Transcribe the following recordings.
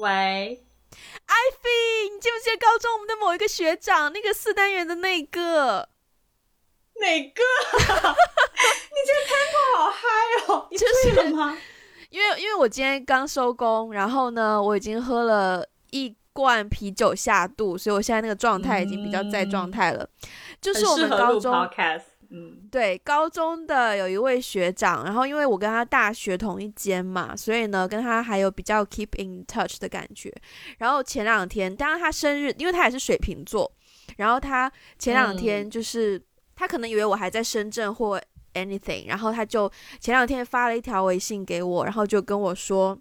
喂， 艾菲，你记不记得高中我们的某一个学长，那个4单元的那个？ 哪个？你这个 tempo 好嗨哦！你醉了吗？ 因为我今天刚收工，然后呢，我已经喝了1罐啤酒下肚，所以我现在那个状态已经比较在状态了。就是我们高中，对，高中的有一位学长，然后因为我跟他大学同一间嘛，所以呢，跟他还有比较 keep in touch 的感觉。然后前2天，当然他生日，因为他也是水瓶座，然后他前2天就是、他可能以为我还在深圳或anything， 然后他就前2天发了一条微信给我，然后就跟我说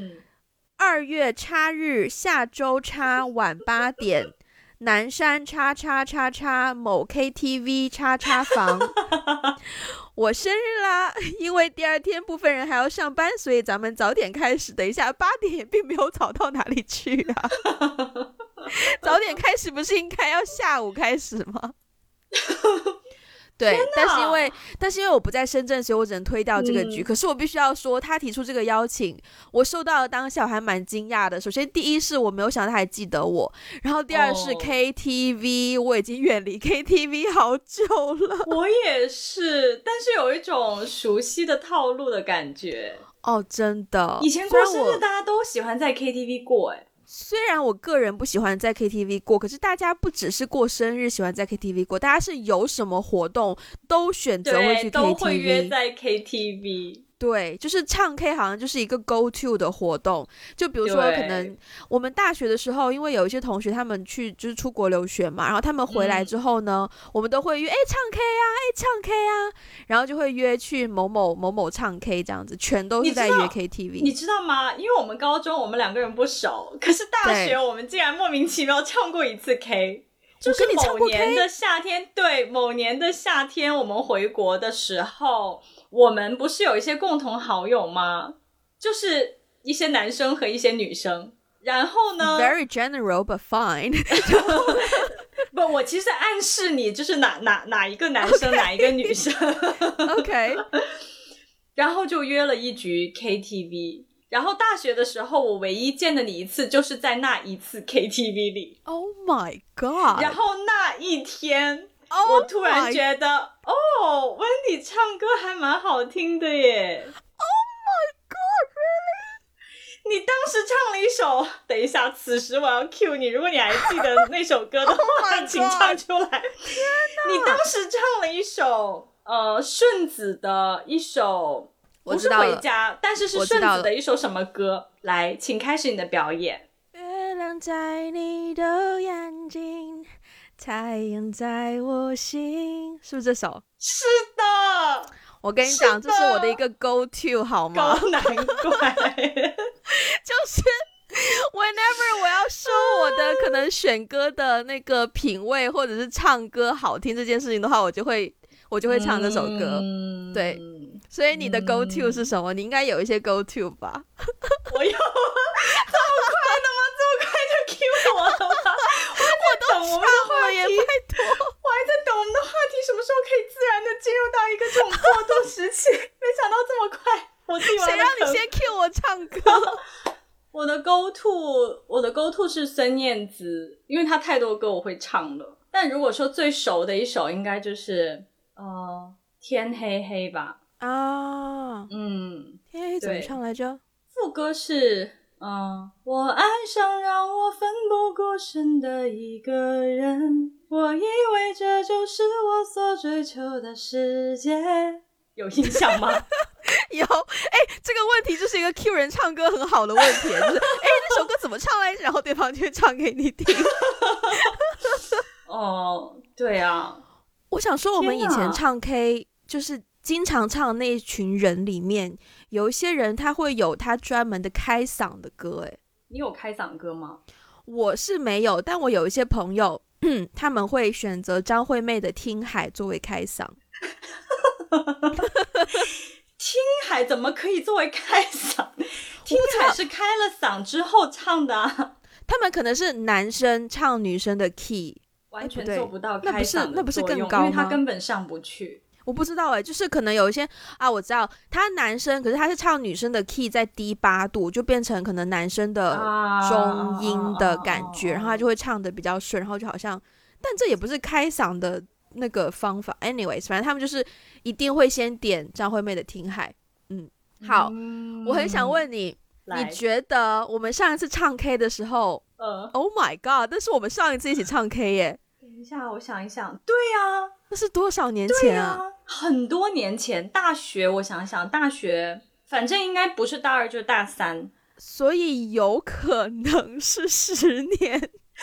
，2月叉日下周叉晚8点，南山叉叉叉叉某 KTV 叉叉房，我生日啦！因为第2天部分人还要上班，所以咱们早点开始。等一下8点也并没有早到哪里去啊，早点开始不是应该要下午开始吗？对，但是因为我不在深圳，所以我只能推掉这个局。可是我必须要说，他提出这个邀请，我收到的当下我还蛮惊讶的。首先，第一是我没有想到他还记得我，然后第二是 KTV，我已经远离 KTV 好久了。 我也是，但是有一种熟悉的套路的感觉。 哦，真的， 以前过生日大家都喜欢在 KTV 过虽然我个人不喜欢在 KTV 过，可是大家不只是过生日喜欢在 KTV 过，大家是有什么活动都选择会去 KTV， 都会约在 KTV。 对，就是唱 K 好像就是一个 go to 的活动。就比如说可能我们大学的时候，因为有一些同学他们去就是出国留学嘛，然后他们回来之后呢，我们都会约唱 K 啊，唱 K 啊，然后就会约去某某某某唱 K 这样子，全都是在约 KTV。 你知道吗？因为我们高中我们2个人不熟，可是大学我们竟然莫名其妙唱过一次 K。就是某年的夏天，对，某年的夏天我们回国的时候，我们不是有一些共同好友吗？就是一些男生和一些女生，然后呢 Very general but fine 不，我其实暗示你就是哪一个男生、okay. 哪一个女生 OK 然后就约了一局 KTV，然后大学的时候我唯一见的你一次就是在那一次 KTV 里。 Oh my god。 然后那一天我突然觉得Wendy 唱歌还蛮好听的耶。 Oh my god really？ 你当时唱了一首，等一下此时我要 cue 你，如果你还记得那首歌的话请唱出来。你当时唱了一首顺子的一首，不是回家，但是是顺子的一首什么歌？来，请开始你的表演。 月亮在你的眼睛，太阳在我心，是不是这首？ 是的， 我跟你讲，这是我的一个 go to 好吗？ 高难怪就是whenever 我要说我的可能选歌的那个品味或者是唱歌好听这件事情的话，我就会唱这首歌。对，所以你的 go to 是什么？你应该有一些 go to 吧？ 我有这么快的吗？这么快就 cue 我了吗？我都唱了耶，拜托！ 我还在等我们的话题什么时候可以自然的进入到一个这种过渡时期，没想到这么快，我自己玩的。 谁让你先 cue 我唱歌？ 我的 go to 是孙燕姿，因为她太多歌我会唱了。但如果说最熟的一首，应该就是天黑黑吧。 天黑怎么唱来着？ 副歌是我爱上让我奋不顾身的一个人，我以为这就是我所追求的世界。有印象吗？ 有。这个问题就是一个 cue 人唱歌很好的问题，就是那首歌怎么唱来着，然后对方就会唱给你听。 对啊， 我想说我们以前唱 K 就是经常唱的那一群人里面，有一些人他会有他专门的开嗓的歌。 你有开嗓歌吗？ 我是没有，但我有一些朋友他们会选择张惠妹的《听海》作为开嗓。 听海怎么可以作为开嗓？听海是开了嗓之后唱的啊。 他们可能是男生唱女生的 key， 完全做不到开嗓的作用， 那不是更高吗？ 因为他根本上不去。 我不知道就是可能有一些啊，我知道他男生，可是他是唱女生的 key 在低8度，就变成可能男生的中音的感觉，然后他就会唱的比较顺，然后就好像，但这也不是开嗓的那个方法。anyways， 反正他们就是一定会先点张惠妹的《听海》。好，我很想问你，你觉得我们上一次唱 K 的时候，Oh my god， 那是我们上一次一起唱 K 耶。 等一下，我想一想，对啊， 那是多少年前啊？ 很多年前，大学，我想想，大学反正应该不是大2就是大3， 所以有可能是10年。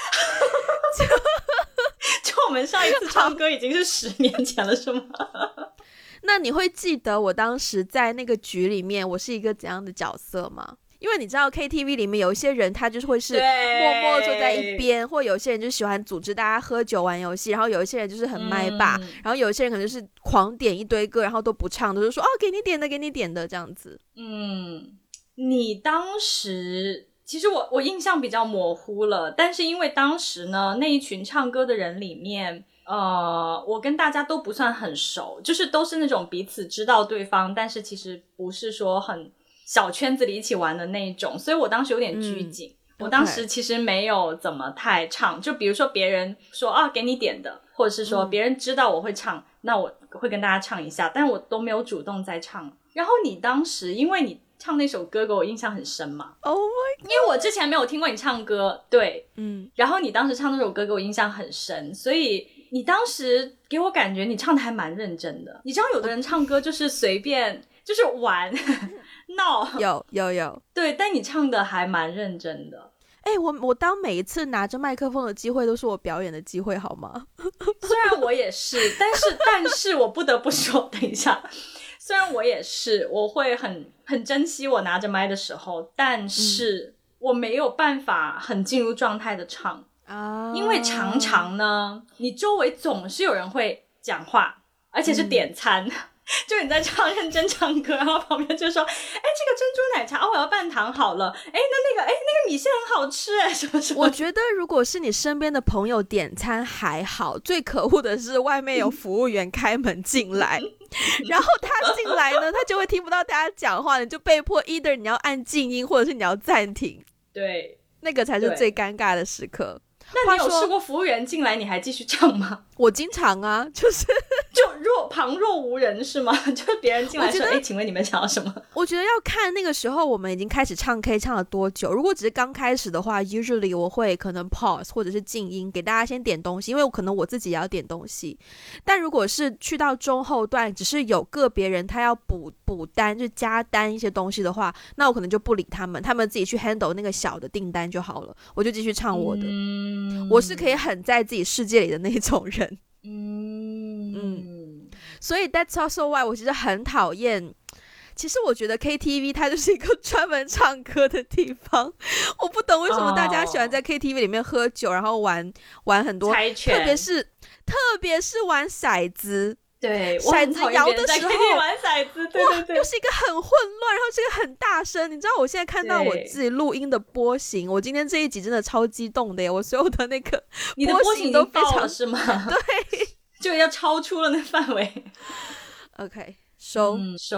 就我们上一次唱歌已经是10年前了，是吗？ 那你会记得我当时在那个局里面我是一个怎样的角色吗？因为你知道 KTV 里面有一些人他就是会是默默坐在一边，或有些人就喜欢组织大家喝酒玩游戏，然后有一些人就是很麦霸，然后有一些人可能就是狂点一堆歌，然后都不唱，都是说给你点的给你点的这样子。 你当时其实我印象比较模糊了，但是因为当时呢那一群唱歌的人里面我跟大家都不算很熟，就是都是那种彼此知道对方，但是其实不是说很小圈子里一起玩的那一种，所以我当时有点拘谨。我当时其实没有怎么太唱，就比如说别人说给你点的，或者是说别人知道我会唱，那我会跟大家唱一下，但我都没有主动在唱。然后你当时因为你唱那首歌给我印象很深嘛 ，Oh my god， 因为我之前没有听过你唱歌，对，然后你当时唱那首歌给我印象很深，所以你当时给我感觉你唱的还蛮认真的。你知道有的人唱歌就是随便就是玩闹， 有对，但你唱的还蛮认真的。 我当每一次拿着麦克风的机会都是我表演的机会好吗？ 虽然我也是，但是我不得不说，等一下，虽然我也是，我会很珍惜我拿着麦的时候，但是我没有办法很进入状态的唱因为常常呢你周围总是有人会讲话，而且是点餐就你在认真唱歌，然后旁边就说这个珍珠奶茶我要半糖好了，那个米线很好吃什么什么。 我觉得如果是你身边的朋友点餐还好，最可恶的是外面有服务员开门进来然后他进来呢他就会听不到大家讲话，你就被迫 either 你要按静音或者是你要暂停， 对， 那个才是最尴尬的时刻。 那你有试过服务员进来你还继续唱吗？ 我经常啊，就是就旁若无人是吗？就是别人进来说请问你们想要什么？ 我觉得要看那个时候我们已经开始唱 K 唱了多久。如果只是刚开始的话 usually 我会可能 pause 或者是静音给大家先点东西，因为可能我自己也要点东西。但如果是去到中后段只是有个别人他要补单就加单一些东西的话，那我可能就不理他们自己去 handle 那个小的订单就好了，我就继续唱我的。我是可以很在自己世界里的那种人。所以 that's also why 我其实很讨厌，其实我觉得 KTV 它就是一个专门唱歌的地方，我不懂为什么大家喜欢在 KTV 里面喝酒然后玩很多猜拳， 特别是玩骰子。 对， 骰子摇的时候玩骰子，对， 又是一个很混乱，然后是一个很大声。你知道我现在看到我自己录音的波形，我今天这一集真的超激动的耶！我所有的那个波形都非常是吗？ 对， 就要超出了那范围。 OK， 收。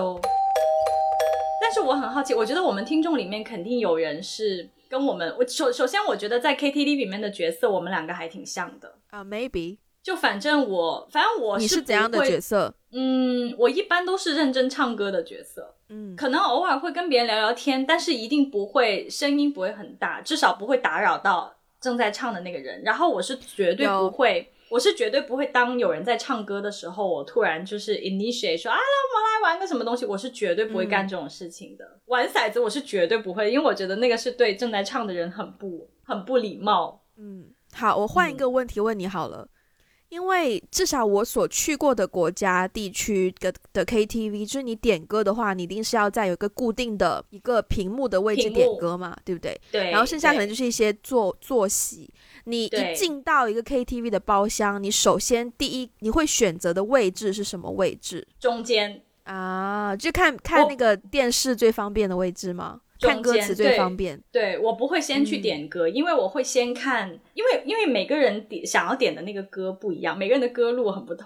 但是我很好奇，我觉得我们听众里面肯定有人是跟我们，首先我觉得在 KTV 里面的角色，我们两个还挺像的 maybe。 就反正我你是怎样的角色？ 我一般都是认真唱歌的角色。可能偶尔会跟别人聊聊天，但是一定不会声音不会很大，至少不会打扰到正在唱的那个人。然后我是绝对不会当有人在唱歌的时候，我突然就是 initiate 说我们来玩个什么东西，我是绝对不会干这种事情的。玩骰子我是绝对不会，因为我觉得那个是对正在唱的人很不礼貌。 好，我换一个问题问你好了。因为至少我所去过的国家地区的 KTV， 就是你点歌的话，你一定是要在有一个固定的一个屏幕的位置点歌嘛，对不对？ 对。 然后剩下可能就是一些坐席。你一进到一个 KTV 的包厢，你首先第一你会选择的位置是什么位置？ 中间啊，就看那个电视最方便的位置吗？看歌词最方便。 对，我不会先去点歌，因为我会先看，因为每个人想要点的那个歌不一样，每个人的歌路很不同，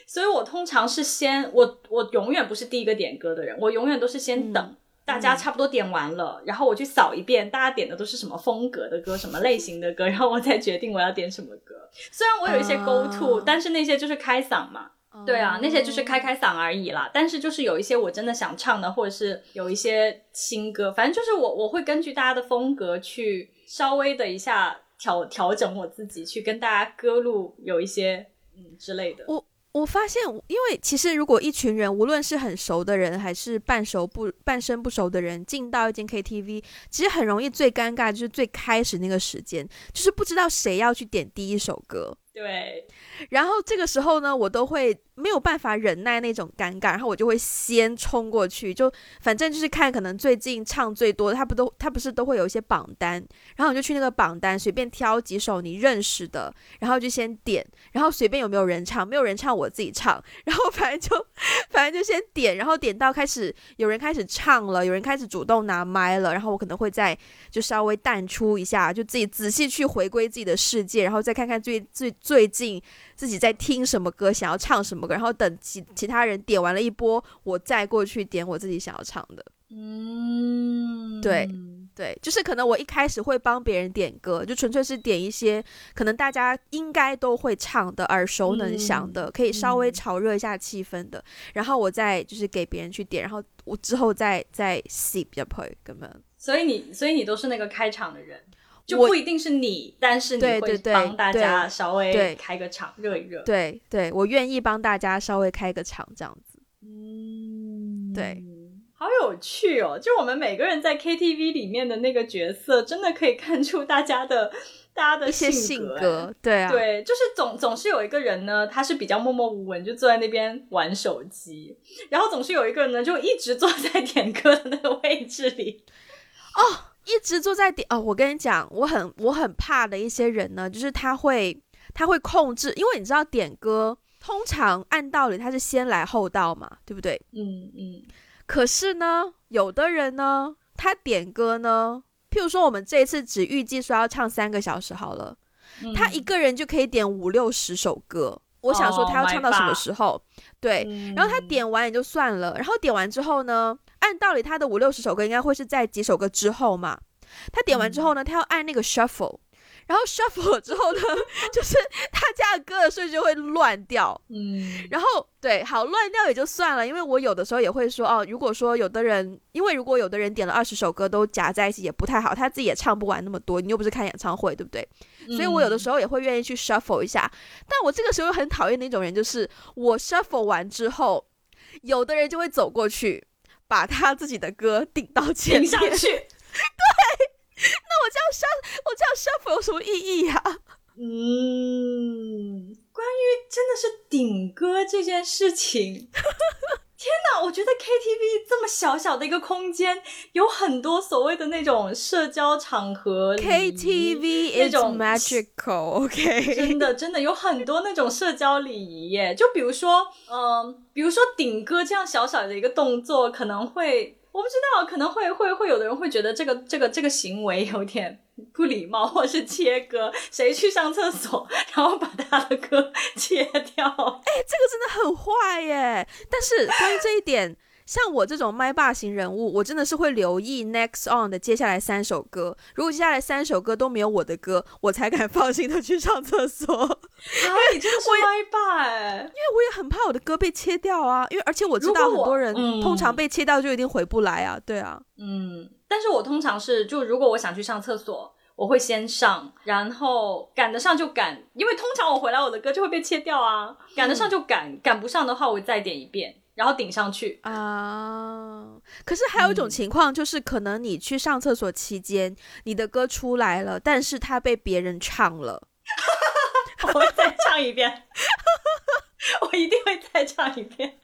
所以我通常是我永远不是第一个点歌的人，我永远都是先等大家差不多点完了，然后我去扫一遍大家点的都是什么风格的歌，什么类型的歌，然后我再决定我要点什么歌。虽然我有一些 go to，但是那些就是开嗓嘛，对啊，那些就是开嗓而已啦。但是就是有一些我真的想唱的，或者是有一些新歌，反正就是我会根据大家的风格去稍微的一下调整我自己，去跟大家歌路有一些之类的。 我发现，因为其实如果一群人，无论是很熟的人还是半生不熟的人，进到一间 KTV， 其实很容易最尴尬就是最开始那个时间，就是不知道谁要去点第一首歌。 对， 然后这个时候呢，我都会没有办法忍耐那种尴尬，然后我就会先冲过去，就反正就是看可能最近唱最多的，他不是都会有一些榜单，然后你就去那个榜单随便挑几首你认识的，然后就先点，然后随便有没有人唱，没有人唱我自己唱，然后反正就先点，然后点到有人开始唱了，有人开始主动拿麦了，然后我可能会再就稍微淡出一下，就自己仔细去回归自己的世界，然后再看看最近自己在听什么歌，想要唱什么歌，然后等其他人点完了一波，我再过去点我自己想要唱的。对，就是可能我一开始会帮别人点歌，就纯粹是点一些可能大家应该都会唱的、耳熟能详的，可以稍微炒热一下气氛的，然后我再就是给别人去点，然后我之后再洗比较配根本。 所以你都是那个开场的人。就不一定是你，但是你会帮大家稍微开个场热一热。 对，我愿意帮大家稍微开个场这样子。对， 好有趣哦！就我们每个人在 KTV 里面的那个角色，真的可以看出大家的一些性格。对啊， 对，就是总是有一个人呢，他是比较默默无闻，就坐在那边玩手机，然后总是有一个人呢，就一直坐在点歌的那个位置里。 一直坐在点我跟你讲，我很怕的一些人呢，就是他会控制，因为你知道点歌通常按道理他是先来后到嘛，对不对？可是呢，有的人呢，他点歌呢，譬如说我们这一次只预计说要唱3个小时好了，他一个人就可以点50-60首歌。我想说他要唱到什么时候，对，然后他点完也就算了，然后点完之后呢，按道理他的50-60首歌应该会是在几首歌之后嘛，他点完之后呢，他要按那个 shuffle， 然后 shuffle 之后呢，就是大家的歌的顺序就会乱掉，然后对，好，乱掉也就算了，因为我有的时候也会说如果说有的人点了20首歌都夹在一起也不太好，他自己也唱不完那么多，你又不是看演唱会，对不对？所以我有的时候也会愿意去 shuffle 一下，但我这个时候很讨厌那种人，就是我 shuffle 完之后，有的人就会走过去把他自己的歌顶到前面顶上去对，那我这样 shuffle 有什么意义啊？ 关于真的是顶歌这件事情天哪，我觉得 KTV 这么小小的一个空间，有很多所谓的那种社交场合 KTV is magical OK 真的有很多那种社交礼仪耶，就比如说顶歌这样小小的一个动作，可能会我不知道，可能会有的人会觉得这个行为有点不礼貌，或是切歌，谁去上厕所然后把他的歌切掉， 这个真的很坏耶。但是关于这一点，像我这种麦霸型人物，我真的是会留意 next on 的接下来3首歌，如果接下来3首歌都没有我的歌，我才敢放心的去上厕所。 你真的是麦霸耶， 因为我也很怕我的歌被切掉啊，因为而且我知道很多人通常被切掉就一定回不来啊，对啊。 但是我通常是就如果我想去上厕所，我会先上，然后赶得上就赶，因为通常我回来我的歌就会被切掉啊，赶得上就赶，赶不上的话我再点一遍然后顶上去可是还有一种情况，就是可能你去上厕所期间你的歌出来了，但是它被别人唱了我会再唱一遍我一定会再唱一遍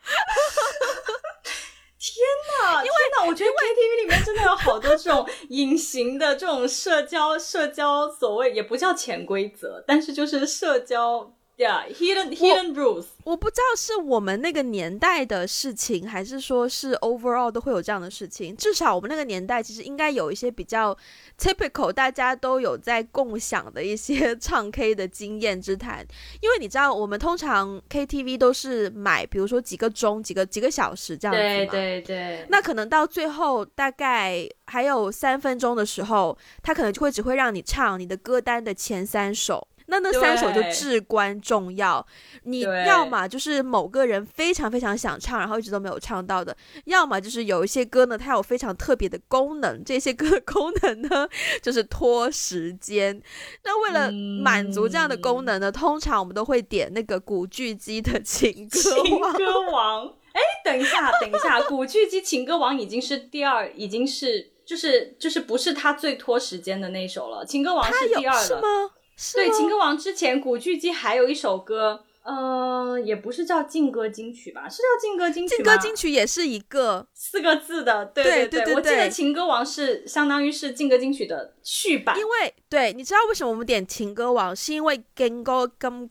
天哪，我觉得 KTV 里面真的有好多这种隐形的这种社交所谓也不叫潜规则，但是就是社交 Yeah, hidden rules. 我不知道是我们那个年代的事情，还是说是 overall 都会有这样的事情。至少我们那个年代其实应该有一些比较 typical 大家都有在共享的一些唱 K 的经验之谈。因为你知道我们通常 KTV 都是买比如说几个钟几个小时这样子嘛， 对对对， 那可能到最后大概还有3分钟的时候，他可能就会只会让你唱你的歌单的前3首，那3首就至关重要。你要么就是某个人非常非常想唱，然后一直都没有唱到的，要么就是有一些歌呢它有非常特别的功能，这些歌的功能呢就是拖时间。那为了满足这样的功能呢，通常我们都会点那个古巨基的情歌王。等一下古巨基情歌王已经是第二，已经是就是不是他最拖时间的那首了，情歌王是第二了。 是吗？ 对，情歌王之前古巨基还有一首歌，也不是叫劲歌金曲吧，是叫劲歌金曲吗？ 劲歌金曲也是一个 4个字的，对，我记得情歌王是相当于是劲歌金曲的续版。 因为对，你知道为什么我们点情歌王，是因为劲歌金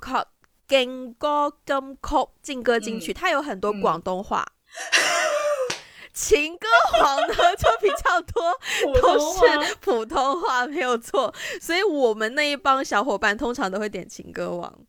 曲劲歌金曲，它有很多广东话。情歌王呢就比较多都是普通话，没有错，所以我们那一帮小伙伴通常都会点情歌王。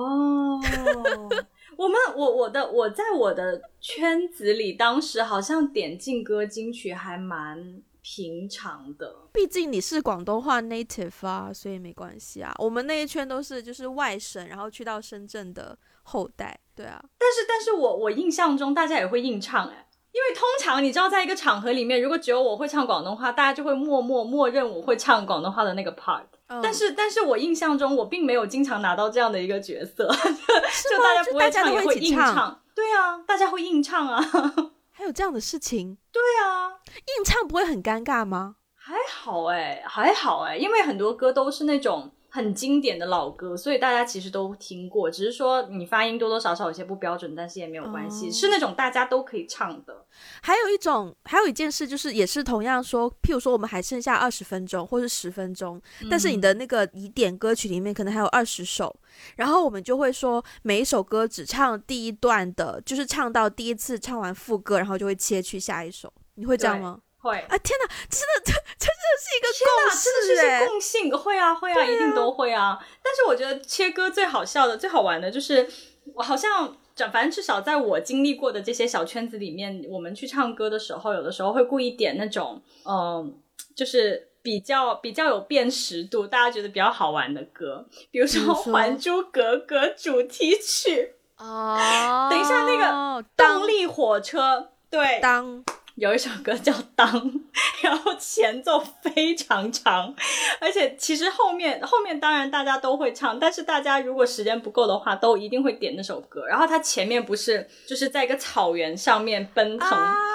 我在我的圈子里，当时好像点劲歌金曲还蛮平常的， 毕竟你是广东话 native 啊，所以没关系啊。我们那一圈都是就是外省，然后去到深圳的后代，对啊。 但是我印象中大家也会硬唱因为通常你知道在一个场合里面，如果只有我会唱广东话，大家就会默认我会唱广东话的那个 part。但是我印象中我并没有经常拿到这样的一个角色，就大家不会唱也会硬唱。对啊，大家会硬唱啊。 还有这样的事情？ 对啊， 硬唱不会很尴尬吗？ 还好因为很多歌都是那种很经典的老歌，所以大家其实都听过，只是说你发音多多少少有些不标准，但是也没有关系，是那种大家都可以唱的。 还有一件事，就是也是同样说，譬如说我们还剩下20分钟或是10分钟，但是你的那个疑点歌曲里面可能还有20首，然后我们就会说每一首歌只唱第一段的，就是唱到第一次唱完副歌，然后就会切去下一首。你会这样吗？ 会啊！天哪，真的是一个共识， 真的是共性。会啊，一定都会啊。但是我觉得切歌最好笑的、最好玩的就是，我好像反正至少在我经历过的这些小圈子里面，我们去唱歌的时候，有的时候会故意点那种就是比较有辨识度，大家觉得比较好玩的歌，比如说《还珠格格》主题曲等一下那个动力火车，对，有一首歌叫《当》，然后前奏非常长，而且其实后面当然大家都会唱，但是大家如果时间不够的话，都一定会点那首歌。然后它前面不是就是在一个草原上面奔腾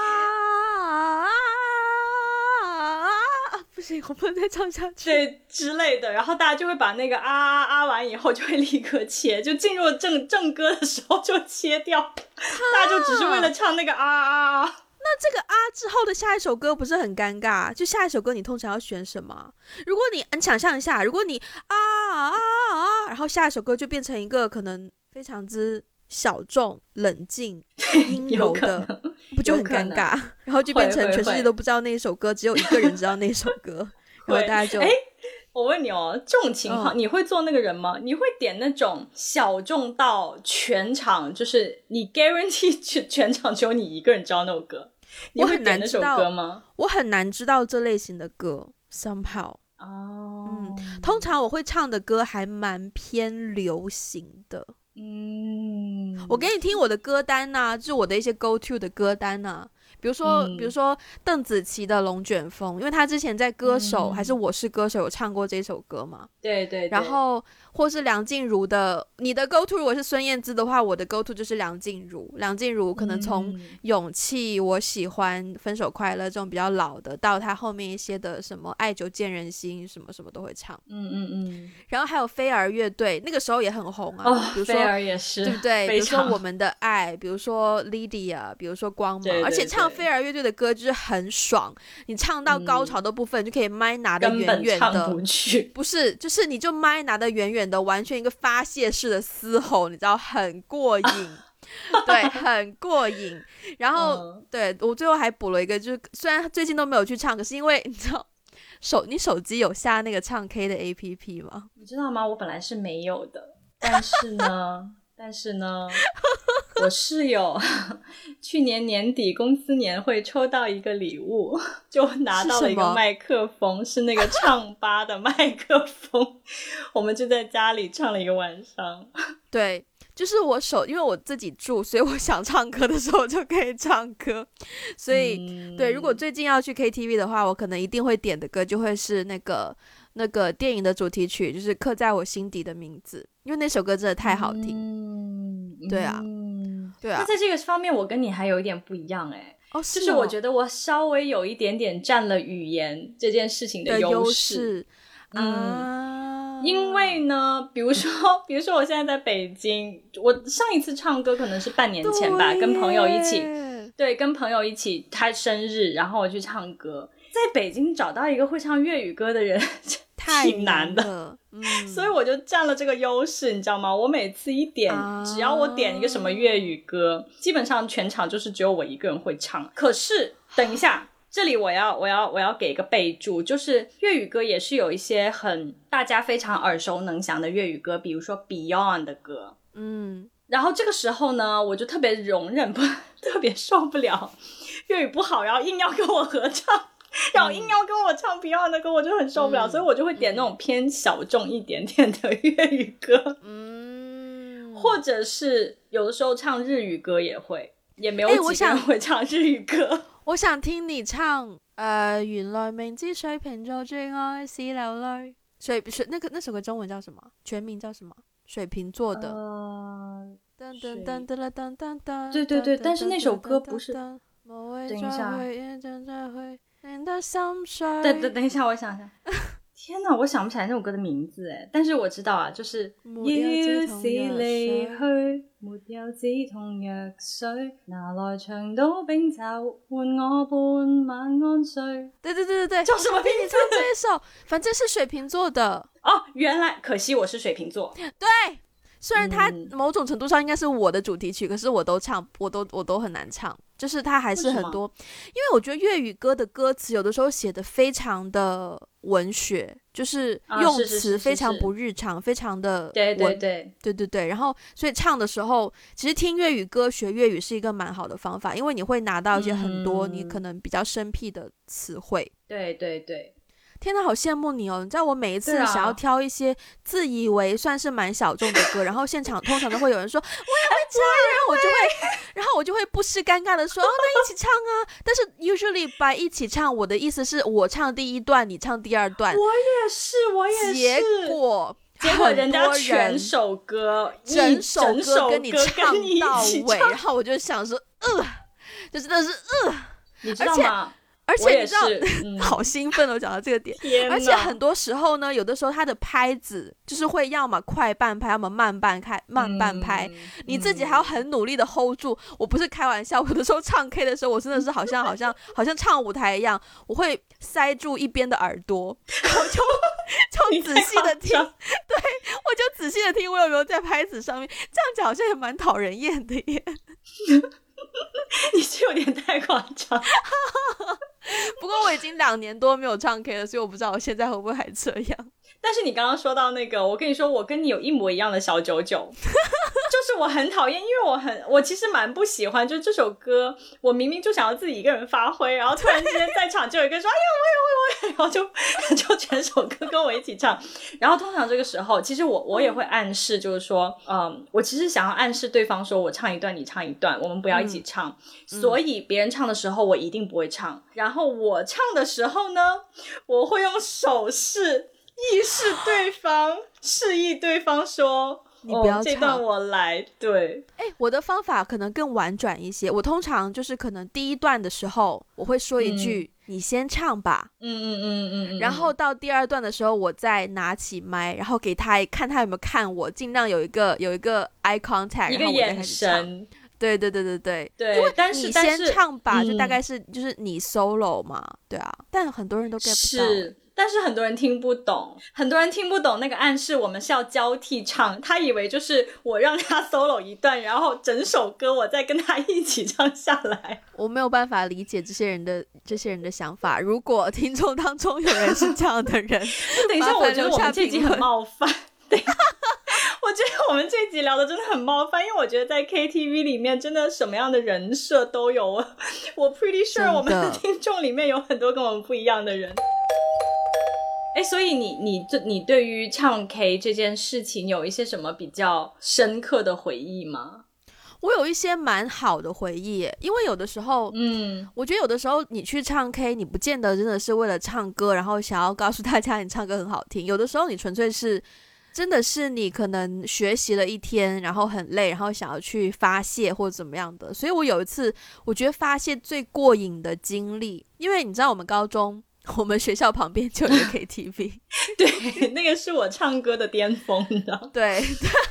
不行，我不能再唱下去， 对之类的，然后大家就会把那个啊完以后就会立刻切，就进入正歌的时候就切掉，大家就只是为了唱那个啊。 那这个之后的下一首歌不是很尴尬？就下一首歌你通常要选什么？如果你想象一下，如果你然后下一首歌就变成一个可能非常之小众、冷静、阴柔的，不就很尴尬？然后就变成全世界都不知道那一首歌，只有一个人知道那首歌，然后大家就我问你这种情况你会做那个人吗？你会点那种小众到全场就是你 guarantee 全场只有你一个人知道那首歌，你会点那首歌吗？ 我很难知道这类型的歌 somehow。通常我会唱的歌还蛮偏流行的。我给你听我的歌单啊，就是我的一些 go to 的歌单啊。比如说邓紫棋的《龙卷风》，因为她之前在歌手还是我是歌手有唱过这首歌嘛。 对。 然后或是梁静茹的，你的 go to 如果是孙燕姿的话，我的 go to 就是梁静茹可能从勇气、我喜欢、分手快乐这种比较老的，到她后面一些的什么爱久见人心什么什么都会唱。然后还有飞儿乐队，那个时候也很红啊。比如说飞儿也是， 对不对？比如说我们的爱，比如说 Lydia， 比如说光芒，而且唱飞儿乐队的歌就是很爽，你唱到高潮的部分就可以麦拿得远远的， 根本唱不去。 不是，就是你就麦拿得远远的，完全一个发泄式的嘶吼，你知道，很过瘾。对，很过瘾。然后对，我最后还补了一个，就是虽然最近都没有去唱，可是因为你知道你手机有下那个唱 K 的 APP 吗？ 你知道吗？我本来是没有的，但是呢我室友去年年底公司年会抽到一个礼物，就拿到了一个麦克风，是那个唱吧的麦克风我们就在家里唱了一个晚上。 对，就是因为我自己住，所以我想唱歌的时候就可以唱歌。所以对，如果最近要去 KTV 的话，我可能一定会点的歌就会是那个电影的主题曲，就是刻在我心底的名字，因为那首歌真的太好听。对啊。 那在这个方面我跟你还有一点不一样就是我觉得我稍微有一点点占了语言这件事情的优势。因为呢比如说我现在在北京，我上一次唱歌可能是半年前吧，跟朋友一起他生日，然后我去唱歌。在北京找到一个会唱粤语歌的人挺难的，所以我就占了这个优势，你知道吗？我每次一点只要我点一个什么粤语歌，基本上全场就是只有我一个人会唱。可是等一下，这里我要给一个备注，就是粤语歌也是有一些大家非常耳熟能详的粤语歌，比如说 Beyond 的歌。然后这个时候呢，我就特别特别受不了粤语不好，然后硬要跟我合唱，然后硬要跟我唱 Beyond 的歌，我就很受不了，所以我就会点那种偏小众一点点的粤语歌。或者是有的时候唱日语歌也没有几个人会唱日语歌。 我想听你唱原來明知水瓶座最愛是流淚。那首歌中文叫什麼？全名叫什麼？水瓶座的。 对对对，但是那首歌不是。等一下。等一下，我想一下。天哪，我想不起来那首歌的名字但是我知道啊，就是要是離去沒有止痛藥水，拿來長島冰茶換我半晚安睡。 對， 叫什麼名字？ 你唱這一首，反正是水瓶座的。 原來可惜我是水瓶座。 對，虽然它某种程度上应该是我的主题曲，可是我都很难唱，就是它还是很多，因为我觉得粤语歌的歌词有的时候写的非常的文学，就是用词非常不日常，非常的对，然后所以唱的时候，其实听粤语歌学粤语是一个蛮好的方法，因为你会拿到一些很多你可能比较生僻的词汇。 对。 天哪，好羡慕你哦！你知道我每一次想要挑一些自以为算是蛮小众的歌，然后现场通常都会有人说我也会唱，然后我就会不失尴尬的说那一起唱啊。但是 usually by 一起唱，我的意思是我唱第一段，你唱第二段。 我也是。 结果人家整首歌跟你唱到尾，然后我就想说就真的是你知道吗？ 而且你知道好兴奋哦，讲到这个点。而且很多时候呢，有的时候它的拍子就是会要么快半拍，要么慢半拍，你自己还要很努力的 hold 住。我不是开玩笑，有的时候唱 K 的时候，我真的是好像唱舞台一样，我会塞住一边的耳朵，然后就仔细的听。对，我就仔细的听我有没有在拍子上面。这样讲好像也蛮讨人厌的耶。 你是有点太夸张。 不过我已经2年多没有唱 K 了，所以我不知道我现在会不会还这样。 但是你刚刚说到那个，我跟你说，我跟你有一模一样的小九九，就是我很讨厌，因为我其实蛮不喜欢，就这首歌，我明明就想要自己一个人发挥，然后突然之间在场就有一个说，哎呀，我也，然后就全首歌跟我一起唱。然后通常这个时候，其实我也会暗示，就是说，我其实想要暗示对方说，我唱一段，你唱一段，我们不要一起唱。所以别人唱的时候，我一定不会唱。然后我唱的时候呢，我会用手势意示对方，示意对方说你不要唱， 这段我来。对， 我的方法可能更婉转一些，我通常就是可能第一段的时候我会说一句你先唱吧，然后到第二段的时候我再拿起麦，然后给他看他有没有看我，尽量有一个 eye contact， 一个眼神。 对， 但是你先唱吧，就大概是就是你 solo 嘛，对啊，但很多人都 get 不到。 是，但是很多人听不懂，那个暗示我们是要交替唱，他以为就是我让他 solo 一段，然后整首歌我再跟他一起唱下来。 我没有办法理解这些人的想法。如果听众当中有人是这样的人， 等一下，我觉得我们这集很冒犯。对，我觉得我们这集聊的真的很冒犯，因为我觉得在 KTV 里面真的什么样的人设都有，我 pretty sure 我们的听众里面有很多跟我们不一样的人。所以你对于唱 K 这件事情有一些什么比较深刻的回忆吗？ 我有一些蛮好的回忆耶，因为有的时候我觉得有的时候你去唱 K 你不见得真的是为了唱歌然后想要告诉大家你唱歌很好听，有的时候你纯粹是真的是你可能学习了一天然后很累，然后想要去发泄或者怎么样的。所以我有一次我觉得发泄最过瘾的经历，因为你知道我们高中我们学校旁边就有一个 KTV 对，那个是我唱歌的巅峰，你知道？ 对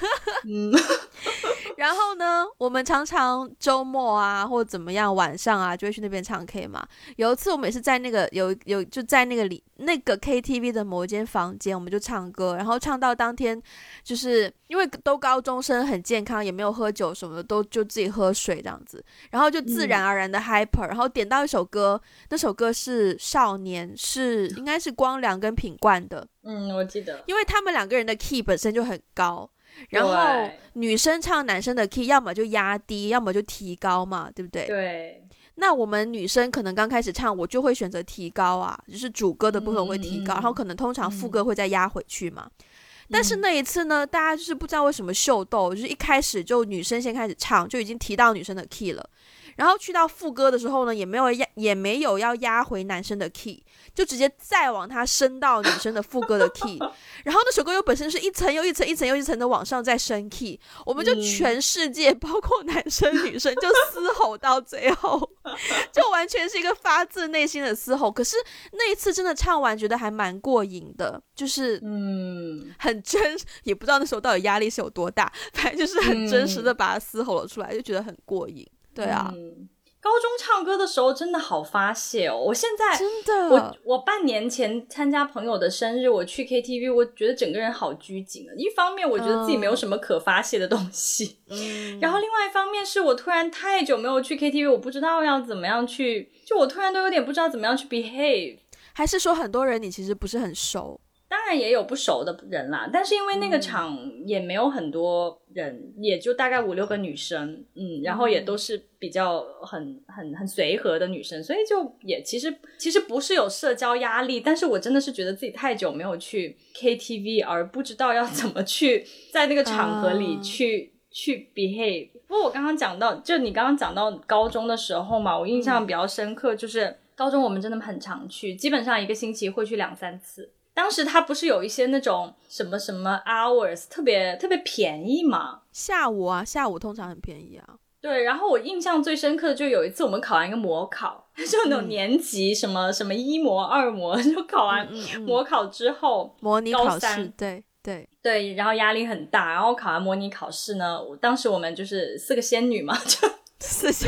然后呢我们常常周末啊或者怎么样晚上啊就会去那边唱 K 嘛。有一次我们也是在那个就在那个 KTV 的某一间房间，我们就唱歌，然后唱到当天就是因为都高中生很健康，也没有喝酒什么的，都就自己喝水这样子，然后就自然而然的 hyper，然后点到一首歌，那首歌是少年，是应该是光良跟品冠的。 我记得， 因为他们两个人的 key 本身就很高，然后女生唱男生的 key 要么就压低要么就提高嘛，对不对？ 对。 那我们女生可能刚开始唱我就会选择提高啊，就是主歌的部分会提高，然后可能通常副歌会再压回去嘛。但是那一次呢大家就是不知道为什么秀逗，就是一开始就女生先开始唱就已经提到女生的 key 了，然后去到副歌的时候呢也没有要压回男生的 key， 就直接再往它升到女生的副歌的 key 然后那首歌又本身是一层又一层一层又一层的往上再升 key， 我们就全世界包括男生女生就嘶吼到最后就完全是一个发自内心的嘶吼。可是那一次真的唱完觉得还蛮过瘾的，就是很真，也不知道那时候到底压力是有多大，反正就是很真实的把它嘶吼了出来，就觉得很过瘾。对啊， 高中唱歌的时候真的好发泄哦！我现在真的， 我半年前参加朋友的生日，我去 KTV， 我觉得整个人好拘谨了。一方面我觉得自己没有什么可发泄的东西，然后另外一方面是我突然太久没有去 KTV， 我不知道要怎么样去，就我突然都有点不知道怎么样去 behave。还是说很多人你其实不是很熟？ 当然也有不熟的人啦，但是因为那个场也没有很多人，也就大概5-6个女生，然后也都是比较很随和的女生，所以就也其实不是有社交压力，但是我真的是觉得自己太久没有去 KTV 而不知道要怎么去在那个场合里去 behave。不过我刚刚讲到，就你刚刚讲到高中的时候嘛，我印象比较深刻，就是高中我们真的很常去，基本上一个星期会去2-3次。当时它不是有一些那种什么什么 hours 特别便宜嘛， 下午通常很便宜啊。 对，然后我印象最深刻的就有一次我们考完一个模考，就那种年级什么什么1模2模，就考完模考之后模拟考试，对， 然后压力很大，然后考完模拟考试呢，当时我们就是4个仙女嘛，就 4下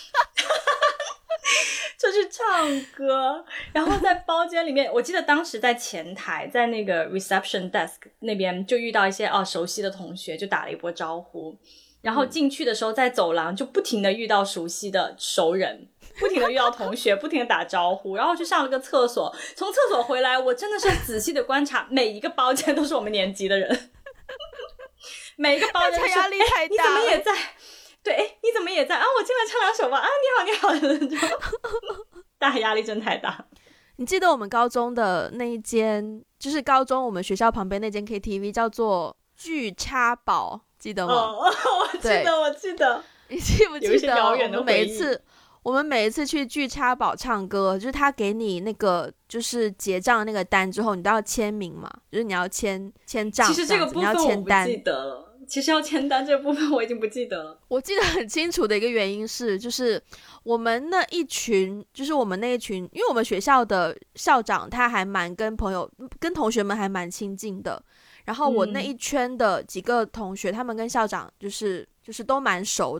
就去唱歌，然后在包间里面，我记得当时在前台，在那个 reception desk 那边就遇到一些熟悉的同学，就打了一波招呼，然后进去的时候在走廊就不停的遇到熟悉的熟人，不停的遇到同学，不停的打招呼，然后去上了个厕所，从厕所回来，我真的是仔细的观察每一个包间都是我们年级的人每一个包间都是压力太大你怎么也在对，你怎么也在啊？我进来唱2首吧。啊，你好，大压力真太大。 你记得我们高中的那一间，就是高中我们学校旁边那间 KTV 叫做聚叉堡，记得吗？ 我记得。 你记不记得？ 有一些遥远的回忆。 我们每一次去聚叉堡唱歌，就是他给你那个就是结账的那个单之后，你都要签名嘛，就是你要签账。 其实这个部分我不记得了。其实要签单这部分我已经不记得了。 我记得很清楚的一个原因是，就是我们那一群，因为我们学校的校长他还蛮跟同学们还蛮亲近的，然后我那一圈的几个同学，他们跟校长就是都蛮熟的，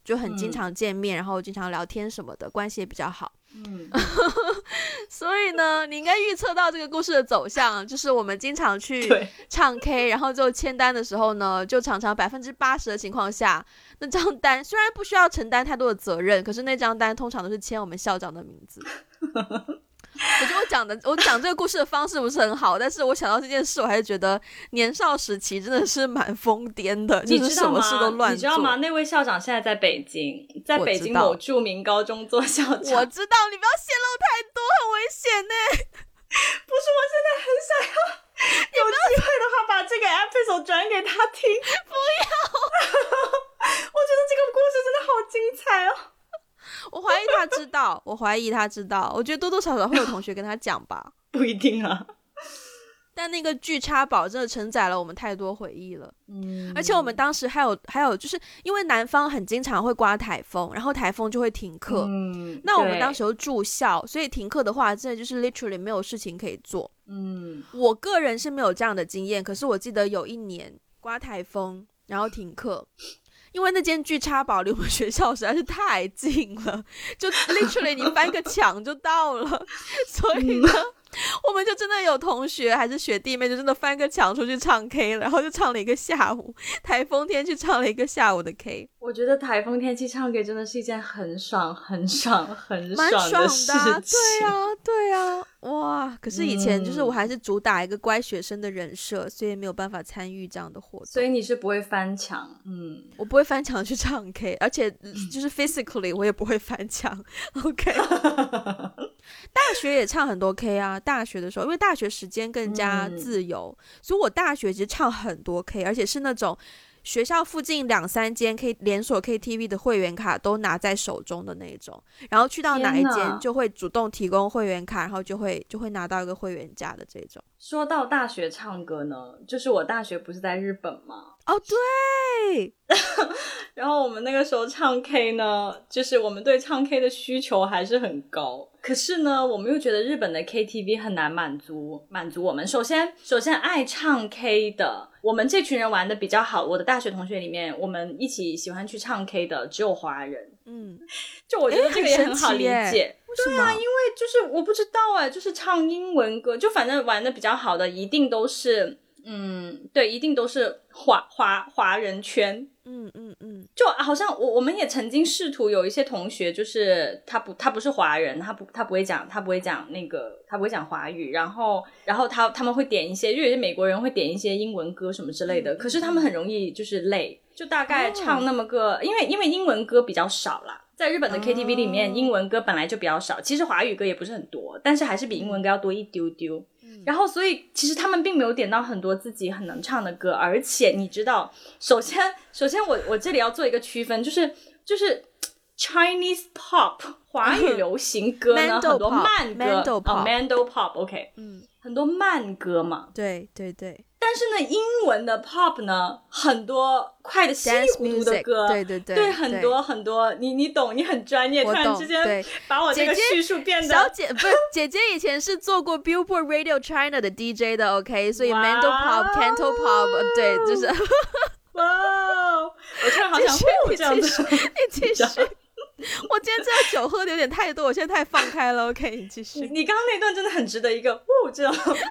就很经常见面，然后经常聊天什么的，关系也比较好。所以呢，你应该预测到这个故事的走向，就是我们经常去唱 K， 然后就签单的时候呢，就常常80%的情况下，那张单虽然不需要承担太多的责任，可是那张单通常都是签我们校长的名字。我觉得我讲这个故事的方式不是很好，但是我想到这件事，我还是觉得年少时期真的是蛮疯癫的，就是什么事都乱做。 你知道吗？那位校长现在在北京，在北京某著名高中做校长。 我知道，你不要泄露太多，很危险呢。 不是，我现在很想要有机会的话把这个 episode 转给他听。 不要。 我觉得这个故事真的好精彩哦。 我怀疑他知道，我觉得多多少少会有同学跟他讲吧。 不一定啊， 但那个巨插宝真的承载了我们太多回忆了。而且我们当时还有就是因为南方很经常会刮台风，然后台风就会停课。那我们当时又住校，所以停课的话真的就是 literally 没有事情可以做。我个人是没有这样的经验，可是我记得有一年刮台风然后停课，因为那间巨插宝离我们学校实在是太近了，就 literally 你翻个墙就到了。所以呢我们就真的有同学还是学弟妹就真的翻个墙出去唱 K， 然后就唱了一个下午，台风天去唱了一个下午的 K。 我觉得台风天气唱 K 真的是一件很爽的事情。 对啊，哇！可是以前就是我还是主打一个乖学生的人设，所以没有办法参与这样的活动。 所以你是不会翻墙。 我不会翻墙去唱 K， 而且就是 physically 我也不会翻墙。OK 大学也唱很多 K 啊，大学的时候因为大学时间更加自由，所以我大学其实唱很多 K， 而且是那种学校附近2-3间连锁 KTV 的会员卡都拿在手中的那种，然后去到哪一间就会主动提供会员卡，然后就会拿到一个会员价的这种。 说到大学唱歌呢，就是我大学不是在日本吗？ 哦，对。 然后我们那个时候唱 K 呢，就是我们对唱 K 的需求还是很高，可是呢我们又觉得日本的 KTV 很难满足我们。首先爱唱 K 的，我们这群人玩的比较好，我的大学同学里面我们一起喜欢去唱 K 的只有华人。就我觉得这个也很好理解。对啊，因为就是我不知道就是唱英文歌，就反正玩的比较好的一定都是对，一定都是华人圈。就好像我们也曾经试图有一些同学，就是他不是华人，他不会讲华语，然后他们会点一些，就有些美国人会点一些英文歌什么之类的，可是他们很容易就是累，就大概唱那么个因为英文歌比较少啦，在日本的 KTV 里面英文歌本来就比较少，其实华语歌也不是很多，但是还是比英文歌要多一丢丢。然后所以其实他们并没有点到很多自己很能唱的歌，而且你知道首先我这里要做一个区分，就是 Chinese pop 华语流行歌呢很多慢歌Mando pop OK 很多慢歌嘛， 对， 但是呢英文的 pop 呢很多快的稀里糊涂的歌，对很多你懂，你很专业，突然之间把我这个叙述变得姐姐以前是做过 Billboard Radio China 的 DJ 的 OK， 所以 Mando pop Canto pop 对就是哇我突然好想这样子你继续我今天这个酒喝的有点太多，我现在太放开了 OK 你继续。 你刚刚那段真的很值得一个这样然后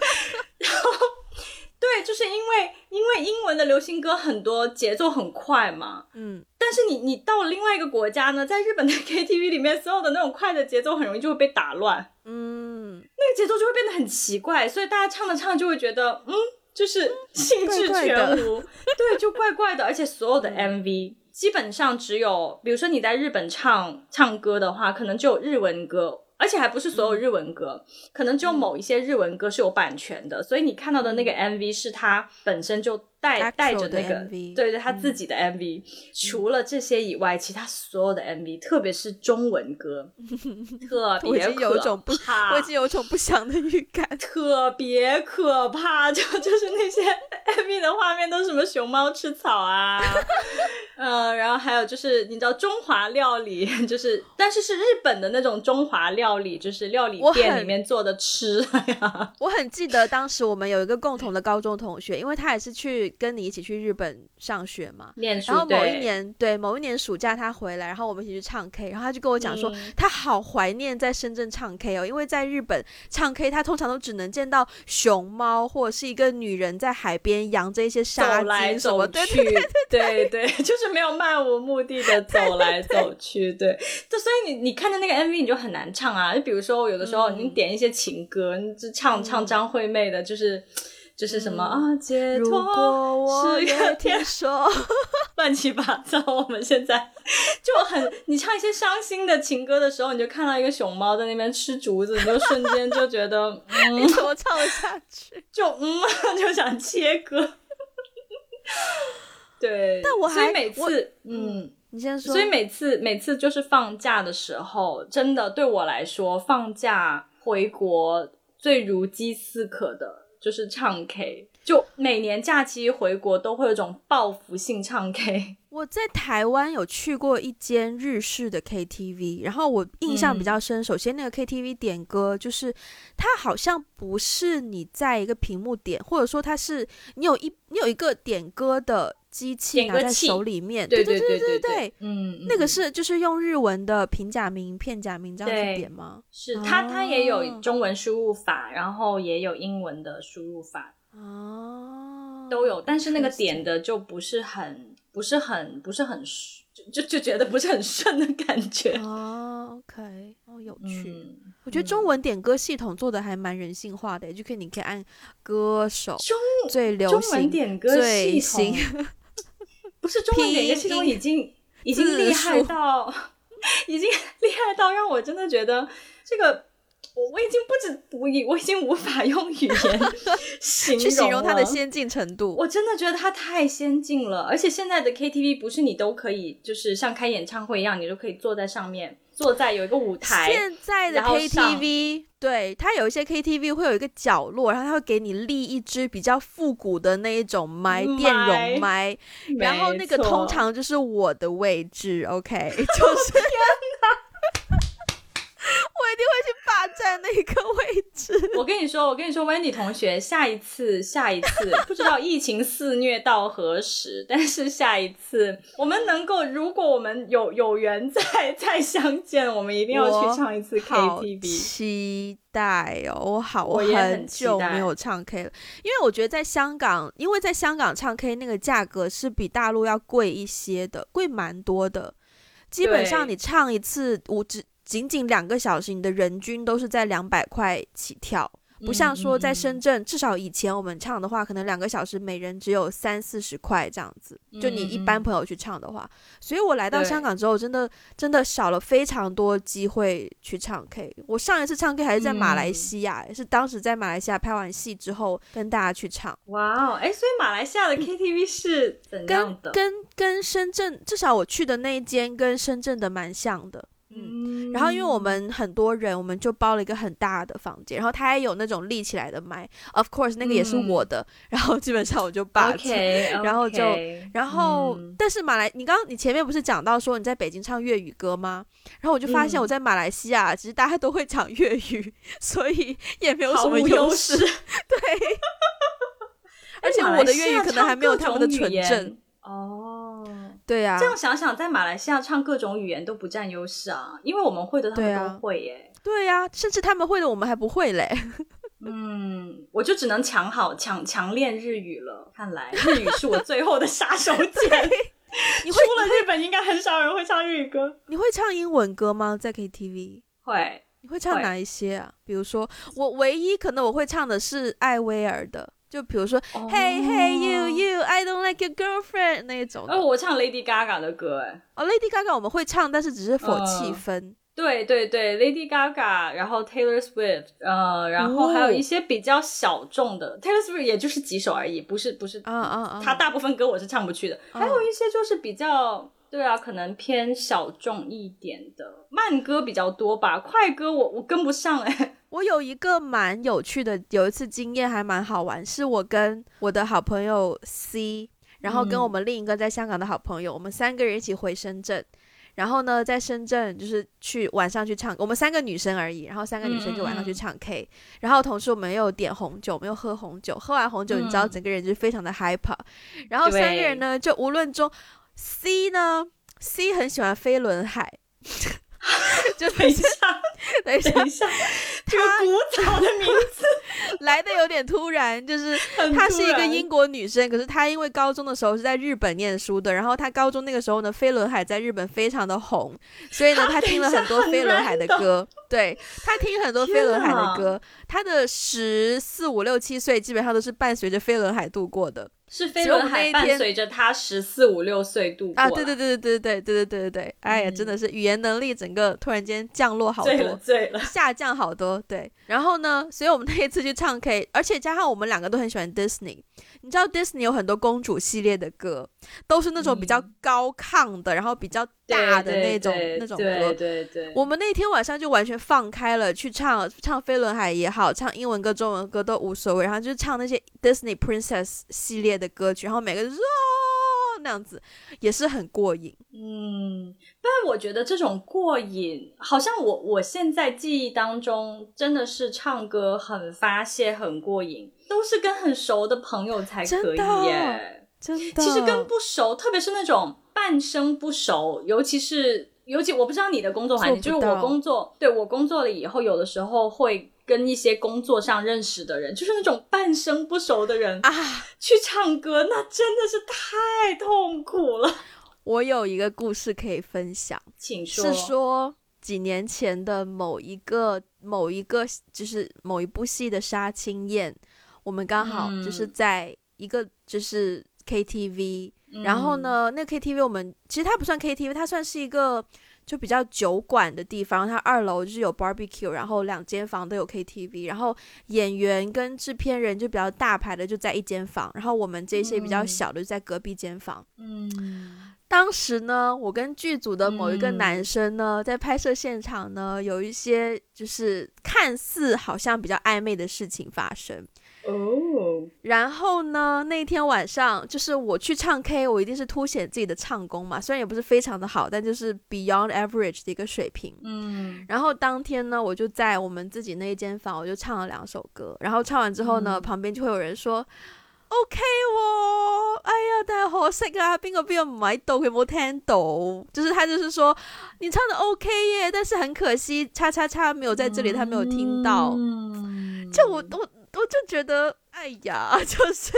对，就是因为英文的流行歌很多节奏很快嘛，但是你到了另外一个国家呢，在日本的 KTV 里面所有的那种快的节奏很容易就会被打乱，那个节奏就会变得很奇怪，所以大家唱着唱就会觉得就是兴致全无，对，就怪怪的。而且所有的 MV基本上只有，比如说你在日本唱歌的话，可能就有日文歌，而且还不是所有日文歌，可能只有某一些日文歌是有版权的，所以你看到的那个 MV 是他本身就带着那个对他自己的 MV，除了这些以外，其他所有的 MV 特别是中文歌特别可怕，我已经有一种不祥的预感， 特别可怕，就是那些 MV 的画面都是什么熊猫吃草啊然后还有就是你知道中华料理，就是但是日本的那种中华料理，就是料理店里面做的吃我很记得当时我们有一个共同的高中同学，因为他也是去跟你一起去日本上学嘛， 念书， 然后某一年暑假他回来，然后我们一起去唱 K， 然后他就跟我讲说，他好怀念在深圳唱 K 哦，因为在日本唱 K 他通常都只能见到熊猫或者是一个女人在海边扬着一些纱巾什么， 对，就是没有漫无目的的走来走去，对，就所以你看的那个 MV 你就很难唱啊，就比如说有的时候你点一些情歌，你就唱张惠妹的，就是什么啊，解脱是个天说乱七八糟。我们现在就你唱一些伤心的情歌的时候，你就看到一个熊猫在那边吃竹子，你就瞬间就觉得你怎么唱得下去？ 就想切歌。对， 但所以每次你先说。 所以每次就是放假的时候，真的对我来说，放假回国最如饥似渴的就是唱 K， 就每年假期回国都会有一种报复性唱 K。 我在台湾有去过一间日式的 KTV， 然后我印象比较深，首先那个 KTV 点歌就是它好像不是你在一个屏幕点，或者说它是你有一个点歌的机器拿在手里面，对，那个是就是用日文的平假名片假名这样去点吗？ 是，它也有中文输入法，然后也有英文的输入法，都有，但是那个点的就不是很就觉得不是很顺的感觉。 OK， 有趣。我觉得中文点歌系统做的还蛮人性化的，就你可以按歌手最流行中文点歌系统不是中文点歌系统已经厉害到让我真的觉得这个我已经无法用语言去形容它的先进程度。 我真的觉得它太先进了，而且现在的 KTV 不是你都可以就是像开演唱会一样，你都可以坐在上面，坐在有一个舞台。 现在的 KTV 对，它有一些 KTV 会有一个角落，然后它会给你立一支比较复古的那一种麦，电容麦，然后那个通常就是我的位置 OK 就是天哪我一定会去霸占那个位置。 我跟你说 Wendy 同学，下一次不知道疫情肆虐到何时，但是下一次我们能够，如果我们有缘再相见，我们一定要去唱一次 KTV。 期待哦，我很久没有唱 K 了，因为我觉得在香港唱 K 那个价格是比大陆要贵一些的，贵蛮多的。基本上你唱一次仅仅2个小时，你的人均都是在200块起跳，不像说在深圳，至少以前我们唱的话，可能2个小时每人只有30-40块这样子，就你一般朋友去唱的话。所以我来到香港之后，真的少了非常多机会去唱 K。我上一次唱 K 还是在马来西亚，是当时在马来西亚拍完戏之后跟大家去唱。 哇哦，所以马来西亚的 KTV 是怎样的？ 跟深圳，至少我去的那一间跟深圳的蛮像的。然后因为我们很多人，我们就包了一个很大的房间，然后它也有那种立起来的麦 ，of course 那个也是我的，然后基本上我就霸着，然后但是你前面不是讲到说你在北京唱粤语歌吗？然后我就发现我在马来西亚，其实大家都会讲粤语，所以也没有什么优势，对，而且我的粤语可能还没有他们的纯正。对啊， 这样想想，在马来西亚唱各种语言都不占优势啊，因为我们会的他们都会耶。 对啊，甚至他们会的我们还不会嘞。 我就只能强练日语了。看来日语是我最后的杀手锏。除了日本，应该很少人会唱日语歌。 你会唱英文歌吗？在 KTV 会。 你会唱哪一些啊？比如说，我唯一可能我会唱的是艾薇儿的。就比如说、Hey Hey You I Don't Like Your Girlfriend 那一种的。 我唱 Lady Gaga 的歌 Lady Gaga 我们会唱，但是只是 for 气氛。 对 Lady Gaga， 然后 Taylor Swift， 然后还有一些比较小众的Taylor Swift 也就是几首而已，不是他大部分歌我是唱不去的。还有一些就是比较对啊，可能偏小众一点的慢歌比较多吧，快歌我跟不上我有一个蛮有趣的，有一次经验还蛮好玩，是我跟我的好朋友 C， 然后跟我们另一个在香港的好朋友，我们3个人一起回深圳， 然后呢在深圳就是晚上去唱，我们3个女生而已，然后3个女生就晚上去唱 K，然后同时我们又有点红酒，我们又喝红酒，喝完红酒你知道整个人就是非常的 hyper，然后3个人呢就无论中 C 很喜欢飞轮海就等一下，这个古早的名字来的有点突然，就是她是一个英国女生，可是她因为高中的时候是在日本念书的，然后她高中那个时候呢，飞轮海在日本非常的红，所以呢，她听了很多飞轮海的歌，对，她听很多飞轮海的歌，她的14、15、16、7岁基本上都是伴随着飞轮海度过的。 是飞轮海伴随着他14、15、16岁度过啊！对，哎呀，真的是语言能力整个突然间降落好多， 醉了， 下降好多。对，然后呢，所以我们那一次去唱 K， 而且加上我们2个都很喜欢 Disney， 你知道 Disney 有很多公主系列的歌，都是那种比较高亢的，然后比较大的那种歌。 对， 我们那天晚上就完全放开了，去唱飞轮海也好，唱英文歌、中文歌都无所谓，然后就是唱那些 Disney Princess 系列的歌曲，然后每个就是那样子也是很过瘾。 但我觉得这种过瘾好像我现在记忆当中真的是唱歌很发泄很过瘾都是跟很熟的朋友才可以耶， 真的其实跟不熟，特别是那种半生不熟，尤其我不知道你的工作环境，就是我工作了以后，有的时候会跟一些工作上认识的人，就是那种半生不熟的人去唱歌，那真的是太痛苦了。 我有一个故事可以分享， 请说。 是说几年前的某一个就是某一部戏的杀青宴，我们刚好就是在一个就是 KTV，然后呢那个 KTV 我们其实它不算 KTV， 它算是一个就比较酒馆的地方，它2楼就是有 barbecue， 然后2间房都有 KTV， 然后演员跟制片人就比较大牌的就在一间房，然后我们这些比较小的就在隔壁间房。当时呢我跟剧组的某一个男生呢在拍摄现场呢有一些就是看似好像比较暧昧的事情发生。然后呢那天晚上就是我去唱 K， 我一定是凸显自己的唱功嘛，虽然也不是非常的好，但就是 beyond average 的一个水平。然后当天呢我就在我们自己那一间房，我就唱了2首歌，然后唱完之后呢旁边就会有人说OK 喎，哎呀但係可惜啊，邊個唔喺度，佢冇聽到，就是他就是說你唱的 OK 耶，但是很可惜叉叉叉沒有在這裡，他沒有聽到。就我就覺得哎呀就是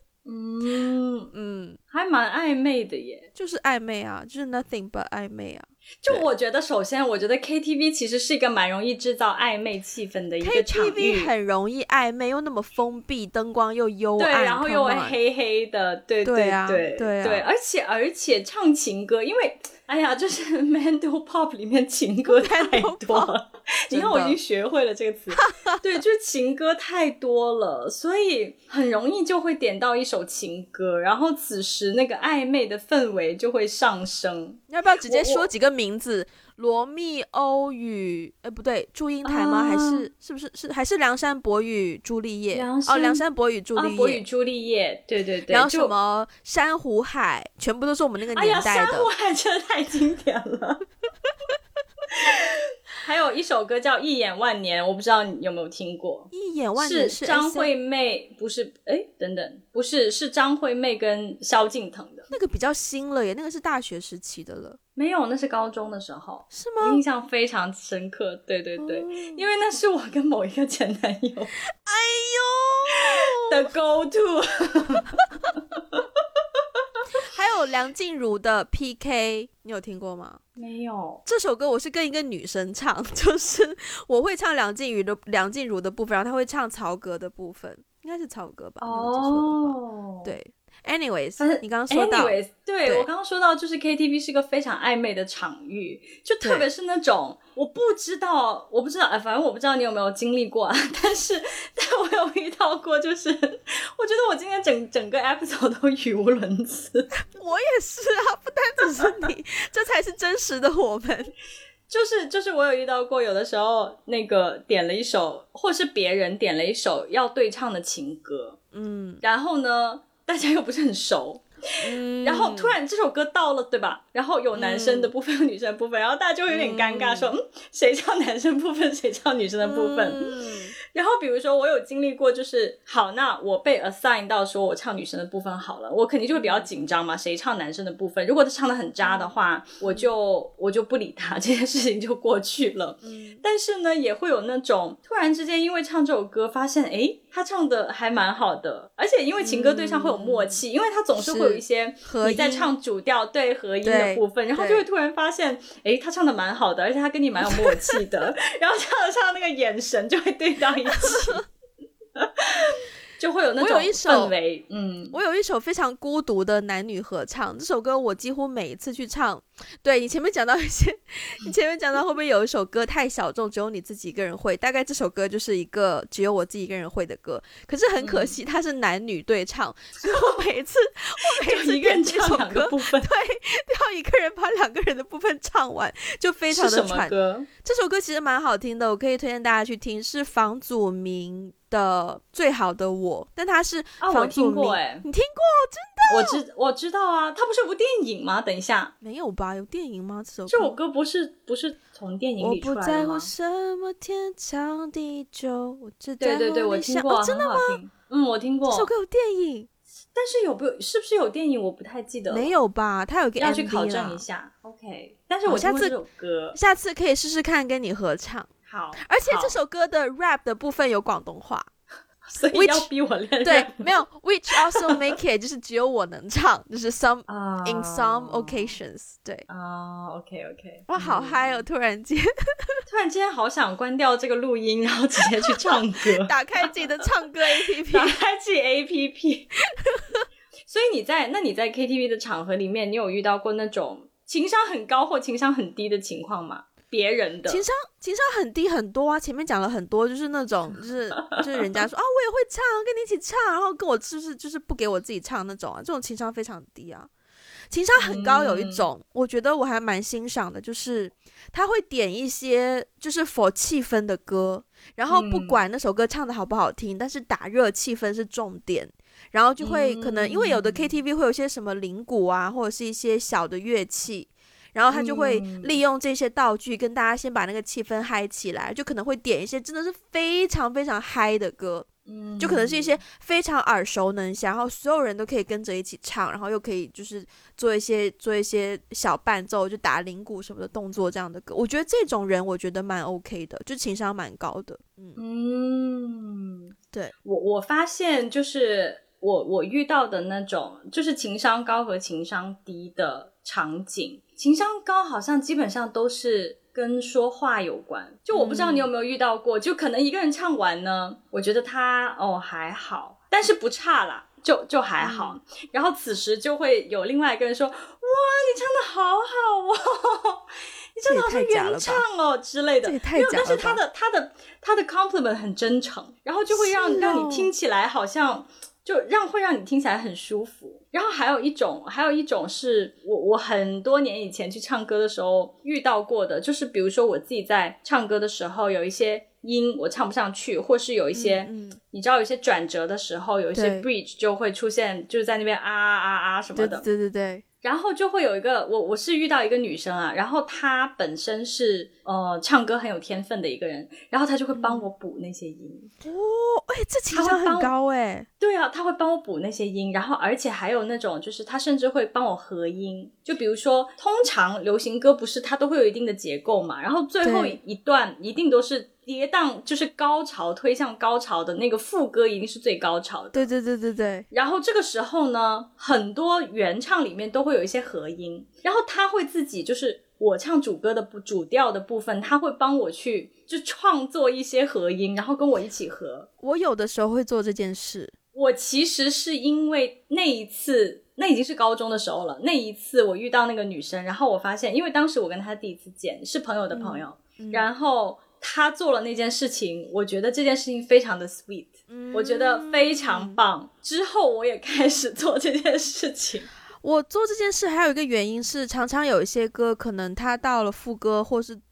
還蠻曖昧的耶， 就是曖昧啊，就是 nothing but 曖昧啊。 就我觉得首先我觉得 KTV 其实是一个蛮容易制造暧昧气氛的一个场域， KTV 很容易暧昧，又那么封闭，灯光又幽暗， 对，然后又黑黑的，对，而且唱情歌，因为哎呀就是 Mando Pop 里面情歌太多了你看我已经学会了这个词对，就是情歌太多了，所以很容易就会点到一首情歌，然后此时那个暧昧的氛围就会上升。 要不要直接说几个名字？罗密欧与不对，祝英台吗？是不是还是梁山伯与朱丽叶？梁山伯与朱丽叶， 伯与朱丽叶，对， 然后什么珊瑚海，全部都是我们那个年代的。 哎呀，珊瑚海真的太经典了还有一首歌叫《一眼万年》，我不知道你有没有听过。 一眼万年是张惠妹，不是等等，不是，是张惠妹跟萧敬腾的。 那个比较新了耶，那个是大学时期的了。 没有，那是高中的时候。 是吗？ 印象非常深刻，对，因为那是我跟某一个前男友的 go to 还有梁静茹的 PK 你有听过吗？ 没有。 这首歌我是跟一个女生唱，就是我会唱梁静茹的部分，然后她会唱曹格的部分，应该是曹格吧。对anyways 你刚刚说到对，我刚刚说到就是 KTV 是个非常暧昧的场域，就特别是那种我不知道反正我不知道你有没有经历过但我有遇到过，就是我觉得我今天整个 episode 都语无伦次我也是啊，不单只是你这才是真实的我们就是我有遇到过，有的时候那个点了一首，或是别人点了一首要对唱的情歌，然后呢大家又不是很熟， 然后突然这首歌到了，对吧？然后有男生的部分有女生的部分，然后大家就会有点尴尬说谁唱男生部分谁唱女生的部分。然后比如说我有经历过，就是好，那我被 assign 到说我唱女生的部分好了，我肯定就会比较紧张嘛，谁唱男生的部分，如果他唱得很渣的话，我就不理他，这件事情就过去了。但是呢也会有那种突然之间因为唱这首歌发现诶他唱的还蛮好的，而且因为情歌对唱会有默契，因为他总是会有一些你在唱主调对合音的部分，然后就会突然发现诶他唱的蛮好的，而且他跟你蛮有默契的然后唱那个眼神就会对到一起就会有那种氛围。 我有一首非常孤独的男女合唱，这首歌我几乎每一次去唱。对，你前面讲到会不会有一首歌太小众，只有你自己一个人会，大概这首歌就是一个只有我自己一个人会的歌，可是很可惜它是男女对唱，所以我每次一个人唱两个部分， 对，要一个人把两个人的部分唱完，就非常的喘。 是什么歌？ 这首歌其实蛮好听的，我可以推荐大家去听，是房祖名的最好的我，但他是房祖名。 我听过你听过？真的？ 我知道啊，他不是有部电影吗？等一下， 没有吧？有电影吗？这首歌不是从电影里出来的吗？ 我不在乎什么天长地久，我只在乎对，我听过， 真的吗？ 我听过。 这首歌有电影， 但是是不是有电影？我不太记得了。 没有吧？它有个 MV 要去考证一下。OK， 但是我听过这首歌， 下次可以试试看跟你合唱。 好， 而且这首歌的 rap 的部分有广东话。 所以要逼我练。 对，没有 which also make it 就是只有我能唱，就是 in some occasions。 对 OK 哇好嗨哦，突然间好想关掉这个录音，然后直接去唱歌打开自己的唱歌 APP 打开自己 APP 所以你在 KTV 的场合里面，你有遇到过那种情商很高或情商很低的情况吗？别人的情商很低很多啊，前面讲了很多，就是那种就是人家说啊我也会唱，跟你一起唱，然后跟我就是不给我自己唱那种啊，这种情商非常低啊。情商很高有一种，我觉得我还蛮欣赏的，就是他会点一些就是 for 气氛的歌，然后不管那首歌唱的好不好听，但是打热气氛是重点，然后就会可能因为有的 KTV 会有些什么铃鼓啊，或者是一些小的乐器，然后他就会利用这些道具跟大家先把那个气氛嗨起来，就可能会点一些真的是非常非常嗨的歌，就可能是一些非常耳熟能详，然后所有人都可以跟着一起唱，然后又可以就是做一些小伴奏，就打铃鼓什么的动作这样的歌。我觉得这种人我觉得蛮 OK 的，就情商蛮高的。对， 我发现就是我遇到的那种就是情商高和情商低的场景，情商高好像基本上都是跟说话有关，就我不知道你有没有遇到过，就可能一个人唱完呢，我觉得他还好，但是不差啦，就还好，然后此时就会有另外一个人说哇你唱得好好哦，你唱得好像原唱哦之类的， 这也太假了吧。 但是他的 compliment 很真诚，然后就会让你听起来好像就会让你听起来很舒服。然后还有一种是我很多年以前去唱歌的时候遇到过的，就是比如说我自己在唱歌的时候有一些音我唱不上去，或是有一些你知道有一些转折的时候有一些 bridge 就会出现，就是在那边啊什么的。 对，然后就会有一个我是遇到一个女生啊，然后她本身是唱歌很有天分的一个人，然后她就会帮我补那些音。 这情商很高耶。 对啊，她会帮我补那些音，然后而且还有那种就是她甚至会帮我合音，就比如说通常流行歌不是它都会有一定的结构嘛，然后最后一段一定都是跌宕，就是高潮推向高潮的那个副歌一定是最高潮的。 对。 然后这个时候呢，很多原唱里面都会有一些合音，然后他会自己就是我唱主歌的主调的部分，他会帮我去就创作一些合音，然后跟我一起合。 我有的时候会做这件事。 我其实是因为那一次，那已经是高中的时候了，那一次我遇到那个女生，然后我发现因为当时我跟她第一次见是朋友的朋友，然后她做了那件事情，我觉得这件事情非常的 sweet，我觉得非常棒，之后我也开始做这件事情。 我做这件事还有一个原因是常常有一些歌可能它到了副歌或是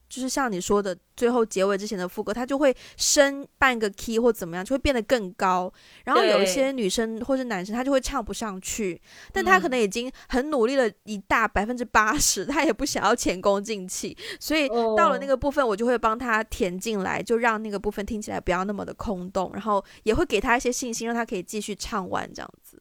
就是像你说的最后结尾之前的副歌，它就会升半个 key 或怎么样，就会变得更高，然后有一些女生或是男生他就会唱不上去，但他可能已经很努力了一大80%，他也不想要前功尽弃，所以到了那个部分我就会帮他填进来，就让那个部分听起来不要那么的空洞，然后也会给他一些信心，让他可以继续唱完这样子。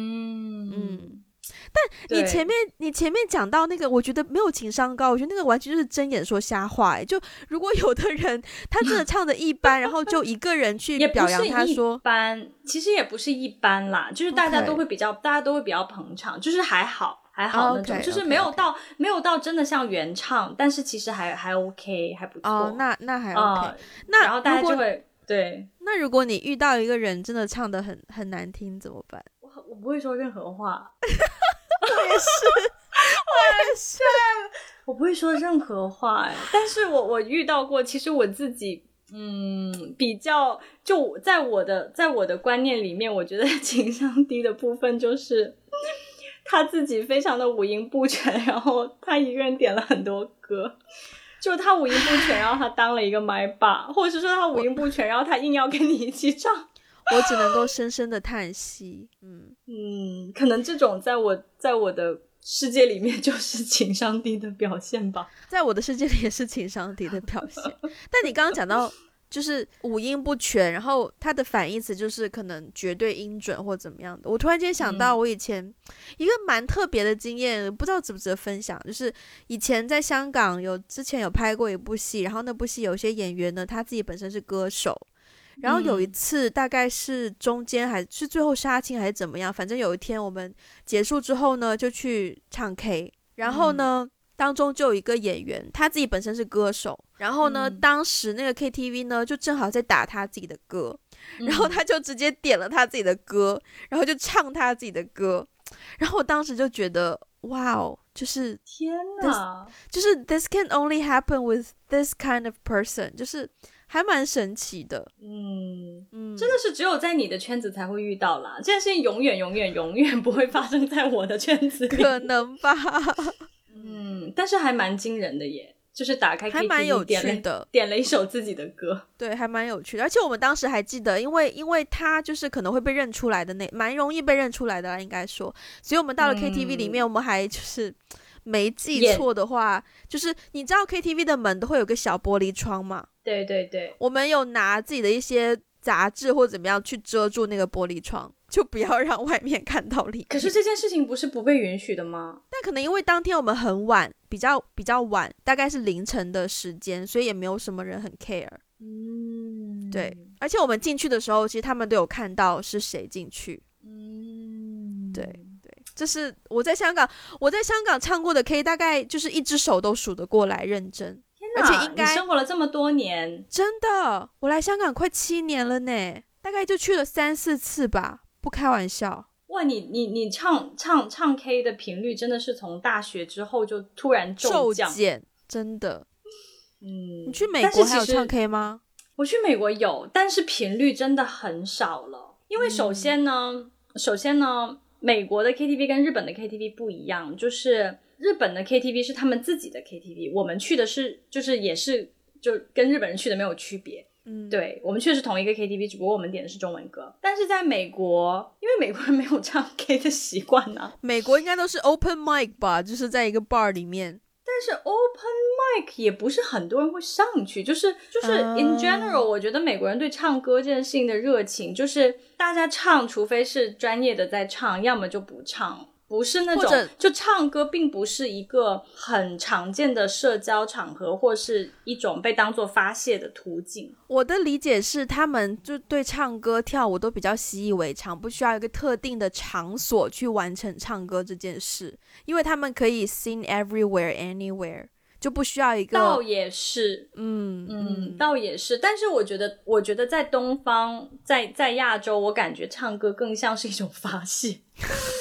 但你前面讲到那个，我觉得没有情商高，我觉得那个完全就是睁眼说瞎话。就如果有的人他真的唱的一般，然后就一个人去表扬他说， 一般，其实也不是一般啦，就是大家都会比较捧场，就是还好那种，就是没有到真的像原唱，但是其实还 OK， 还不错。 那还 OK。那然后大家就会对。 那如果你遇到一个人真的唱的很难听怎么办？ 我不会说任何话。 我也是， 我不会说任何话但是我遇到过，其实我自己比较就在我的观念里面，我觉得情商低的部分就是他自己非常的五音不全，然后他一个人点了很多歌，就他五音不全，然后他当了一个麦霸，或者是说他五音不全，然后他硬要跟你一起唱。 我只能够深深的叹息。 可能这种在我的世界里面就是情商低的表现吧。 在我的世界里也是情商低的表现。但你刚刚讲到就是五音不全，然后它的反义词就是可能绝对音准或怎么样的。我突然间想到我以前一个蛮特别的经验，不知道值不值得分享，就是以前在香港之前有拍过一部戏，然后那部戏有些演员呢他自己本身是歌手，然后有一次大概是中间还是最后杀青还是怎么样，反正有一天我们结束之后呢就去唱 K， 然后呢当中就有一个演员他自己本身是歌手，然后呢当时那个 KTV 呢就正好在打他自己的歌，然后他就直接点了他自己的歌，然后就唱他自己的歌，然后我当时就觉得哇哦，就是天哪， 就是 this can only happen with this kind of person， 就是还蛮神奇的。 真的是只有在你的圈子才会遇到啦，这件事情永远不会发生在我的圈子里。 可能吧。 但是还蛮惊人的耶，就是打开 KTV 还蛮有趣的， 点了一首自己的歌。 对，还蛮有趣的。而且我们当时还记得，因为他就是可能会被认出来的，蛮容易被认出来的啦，应该说，所以我们到了 KTV 里面，我们还就是没记错的话，就是你知道 KTV 的门都会有个小玻璃窗嘛？对对对，我们有拿自己的一些杂志或怎么样去遮住那个玻璃窗，就不要让外面看到里面。 可是这件事情不是不被允许的吗？ 但可能因为当天我们很晚，比较晚，大概是凌晨的时间，所以也没有什么人很 care。对，而且我们进去的时候，其实他们都有看到是谁进去。对，这是我在香港唱过的 K， 大概就是一只手都数得过来，认真。而且应该你生活了这么多年， 真的，我来香港快7年了呢，大概就去了3-4次吧，不开玩笑。 哇，你唱 K 的频率真的是从大学之后就突然骤减，真的。你去美国还有唱 K 吗？ 我去美国有，但是频率真的很少了。因为首先呢，美国的 KTV 跟日本的 KTV 不一样，就是日本的 KTV 是他们自己的 KTV， 我们去的是也是就跟日本人去的没有区别。对，我们去的是同一个 KTV， 只不过我们点的是中文歌。但是在美国，因为美国人没有唱 K 的习惯啊， 美国应该都是 open mic 吧，就是在一个 bar 里面。 但是 open mic 也不是很多人会上去，就是 in general， 我觉得美国人对唱歌这件事情的热情，就是大家唱，除非是专业的在唱，要么就不唱。不是那种，就唱歌并不是一个很常见的社交场合，或是一种被当作发泄的途径。 我的理解是他们就对唱歌跳舞都比较习以为常，不需要一个特定的场所去完成唱歌这件事，因为他们可以 sing everywhere anywhere， 就不需要一个。 倒也是倒也是，但是我觉得在东方，在亚洲，我感觉唱歌更像是一种发泄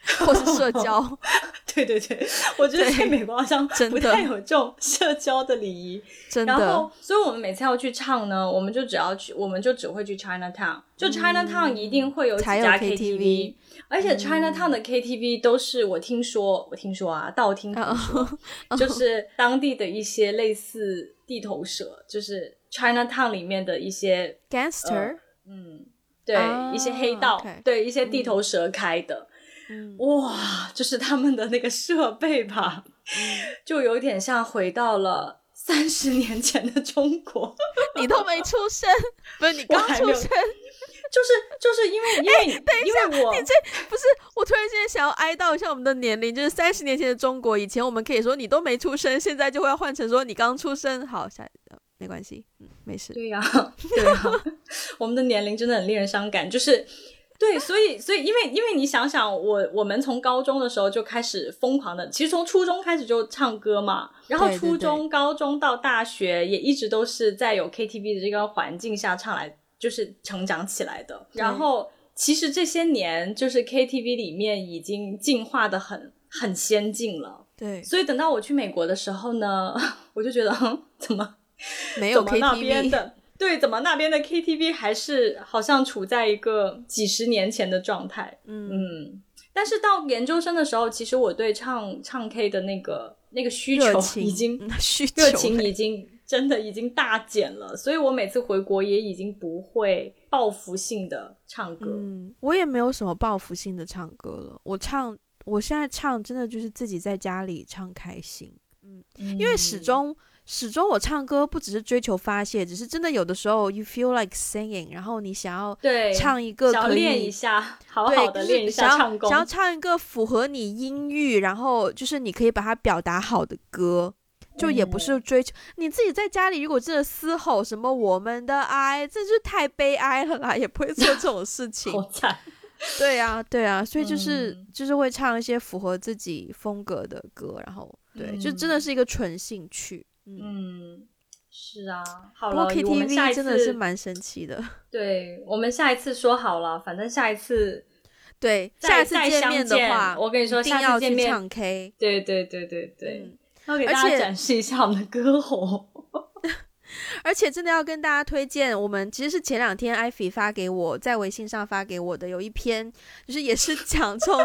或是社交。 对对对，我觉得在美国好像不太有这种社交的礼仪， 真的。 然后，所以我们每次要去唱呢，我们就只会去 Chinatown， 就 Chinatown 一定会有几家 KTV， 而且 Chinatown 的 KTV 都是我听说啊，道听途说，就是当地的一些类似地头蛇，就是 Chinatown 里面的一些 gangster， 对，一些黑道，对，一些地头蛇开的。哇，就是他们的那个设备吧，就有点像回到了30年前的中国。 你都没出生，不是你刚出生， 就是因为等一下， 因为我你这不是我突然间想要哀悼一下我们的年龄，就是30年前的中国，以前我们可以说你都没出生，现在就会换成说你刚出生。好，没关系，没事。 对呀，我们的年龄真的很令人伤感，就是。对，所以因为你想想，我们从高中的时候就开始疯狂的，其实从初中开始就唱歌嘛，然后初中、对，高中到大学也一直都是在有 KTV 的这个环境下唱来，就是成长起来的。然后其实这些年就是 KTV 里面已经进化的很先进了。对，所以等到我去美国的时候呢，我就觉得怎么没有 KTV 怎么那边的。对，怎么那边的 KTV 还是好像处在一个几十年前的状态。但是到研究生的时候，其实我对唱 K 的那个需求已经热情已经真的已经大减了，所以我每次回国也已经不会报复性的唱歌。 我也没有什么报复性的唱歌了，我现在唱真的就是自己在家里唱开心。因为始终我唱歌不只是追求发泄，只是真的有的时候 you feel like singing， 然后你想要唱一个可以想练一下，好好的练一下唱功， 想要唱一个符合你音域，然后就是你可以把它表达好的歌，就也不是追求你自己在家里如果真的嘶吼什么我们的爱，这就太悲哀了啦，也不会做这种事情。 好惨。 对啊，所以就是会唱一些符合自己风格的歌，然后对，就真的是一个纯兴趣。 是啊，好了， 不过 KTV 真的是蛮神奇的。 对，我们下一次说好了，反正下一次下一次见面的话， 我跟你说， 一定要去唱 K。 对，要给大家展示一下我们的歌喉。 而且真的要跟大家推荐，我们其实是前2天 Ivy 发给我，在微信上发给我的，有一篇就是也是讲从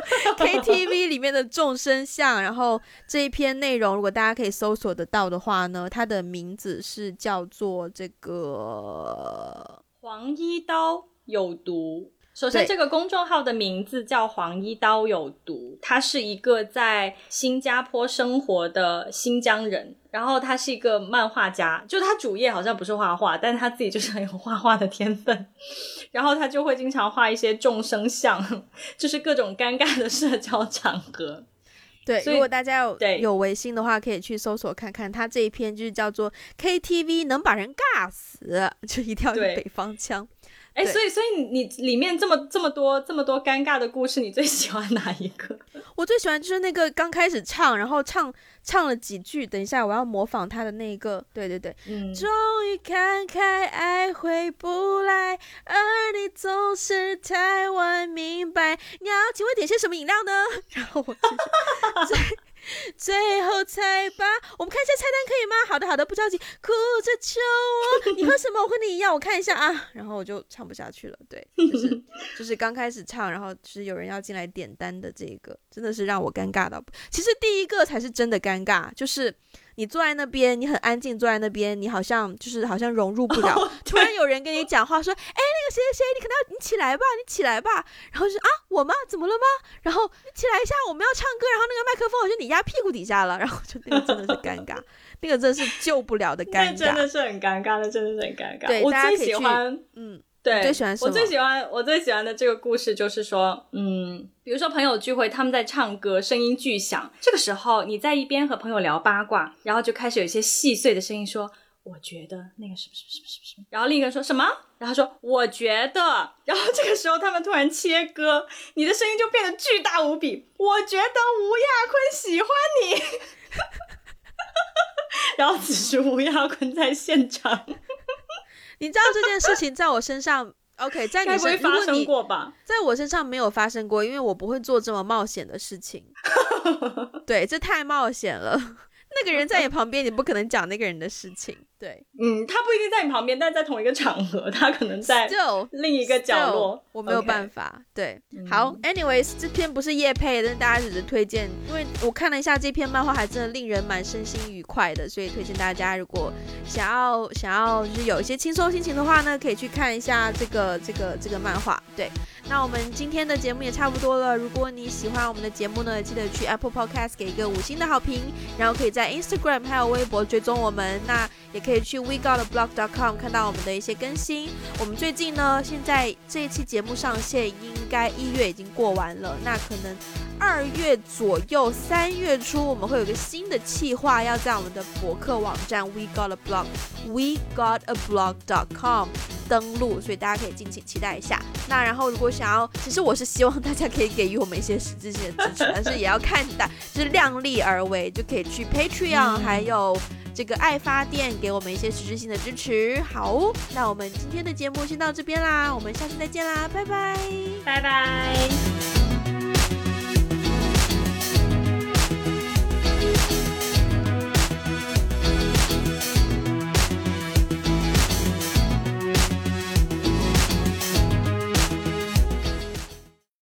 KTV 里面的众生相，然后这一篇内容如果大家可以搜索得到的话呢，它的名字是叫做这个黄衣刀有毒。首先这个公众号的名字叫黄衣刀有毒，他是一个在新加坡生活的新疆人，然后他是一个漫画家，就他主业好像不是画画，但他自己就是很有画画的天分，然后他就会经常画一些众生相，就是各种尴尬的社交场合。 对，如果大家有微信的话可以去搜索看看，他这一篇就是叫做 KTV 能把人尬死，就一定要用北方腔。 所以你里面这么多尴尬的故事，你最喜欢哪一个？ 我最喜欢就是那个刚开始唱，然后唱了几句，等一下我要模仿他的那个，对，终于看开爱回不来，而你总是太晚明白，请问点些什么饮料呢？然后我继续最后才把我们看一下菜单可以吗？好的，不着急，哭着求我，你喝什么？我和你一样，我看一下啊。然后我就唱不下去了。对，就是刚开始唱，然后就是有人要进来点单的这个，真的是让我尴尬到不。其实第一个才是真的尴尬，就是你坐在那边，你很安静坐在那边，你好像融入不了。突然有人跟你讲话说，那个谁，你可能要你起来吧。然后就是我吗？怎么了吗？然后你起来一下，我们要唱歌，然后那个麦克风好像你压屁股底下了，然后就那个真的是尴尬，那个真的是救不了的尴尬， 那真的是很尴尬， 对， 我最喜欢，对， 最喜欢什么？ 我最喜欢的这个故事就是说，比如说朋友聚会，他们在唱歌，声音巨响，这个时候你在一边和朋友聊八卦，然后就开始有一些细碎的声音说，我觉得那个什么，然后另一个人说什么，然后说我觉得，然后这个时候他们突然切歌，你的声音就变得巨大无比，我觉得吴亚坤喜欢你然后此时吴亚坤在现场你知道这件事情在我身上 OK， 在你身上发生过吧？ 在我身上没有发生过，因为我不会做这么冒险的事情。对，这太冒险了。那个人在你旁边，你不可能讲那个人的事情。对， 他不一定在你旁边，但在同一个场合，他可能在另一个角落。 我没有办法。对，好 ，anyways， 这篇不是业配，但是大家只是推荐，因为我看了一下这篇漫画，还真的令人蛮身心愉快的，所以推荐大家，如果想要就是有一些轻松心情的话呢，可以去看一下这个漫画。对，那我们今天的节目也差不多了。如果你喜欢我们的节目呢，记得去 Apple Podcast 给一个5星的好评，然后可以在 Instagram 还有微博追踪我们，那也可以去 wegottheblog.com 看到我们的一些更新。我们最近呢，现在这一期节目上线应该1月已经过完了，那可能2月左右3月初我们会有一个新的企划，要在我们的博客网站 wegottheblog.com 登录，所以大家可以敬请期待一下。那然后如果想要，其实我是希望大家可以给予我们一些实质性的支持，但是也要看就是量力而为，就可以去 Patreon 还有这个爱发电给我们一些实质性的支持。好，那我们今天的节目先到这边啦，我们下次再见啦，拜拜， 拜拜。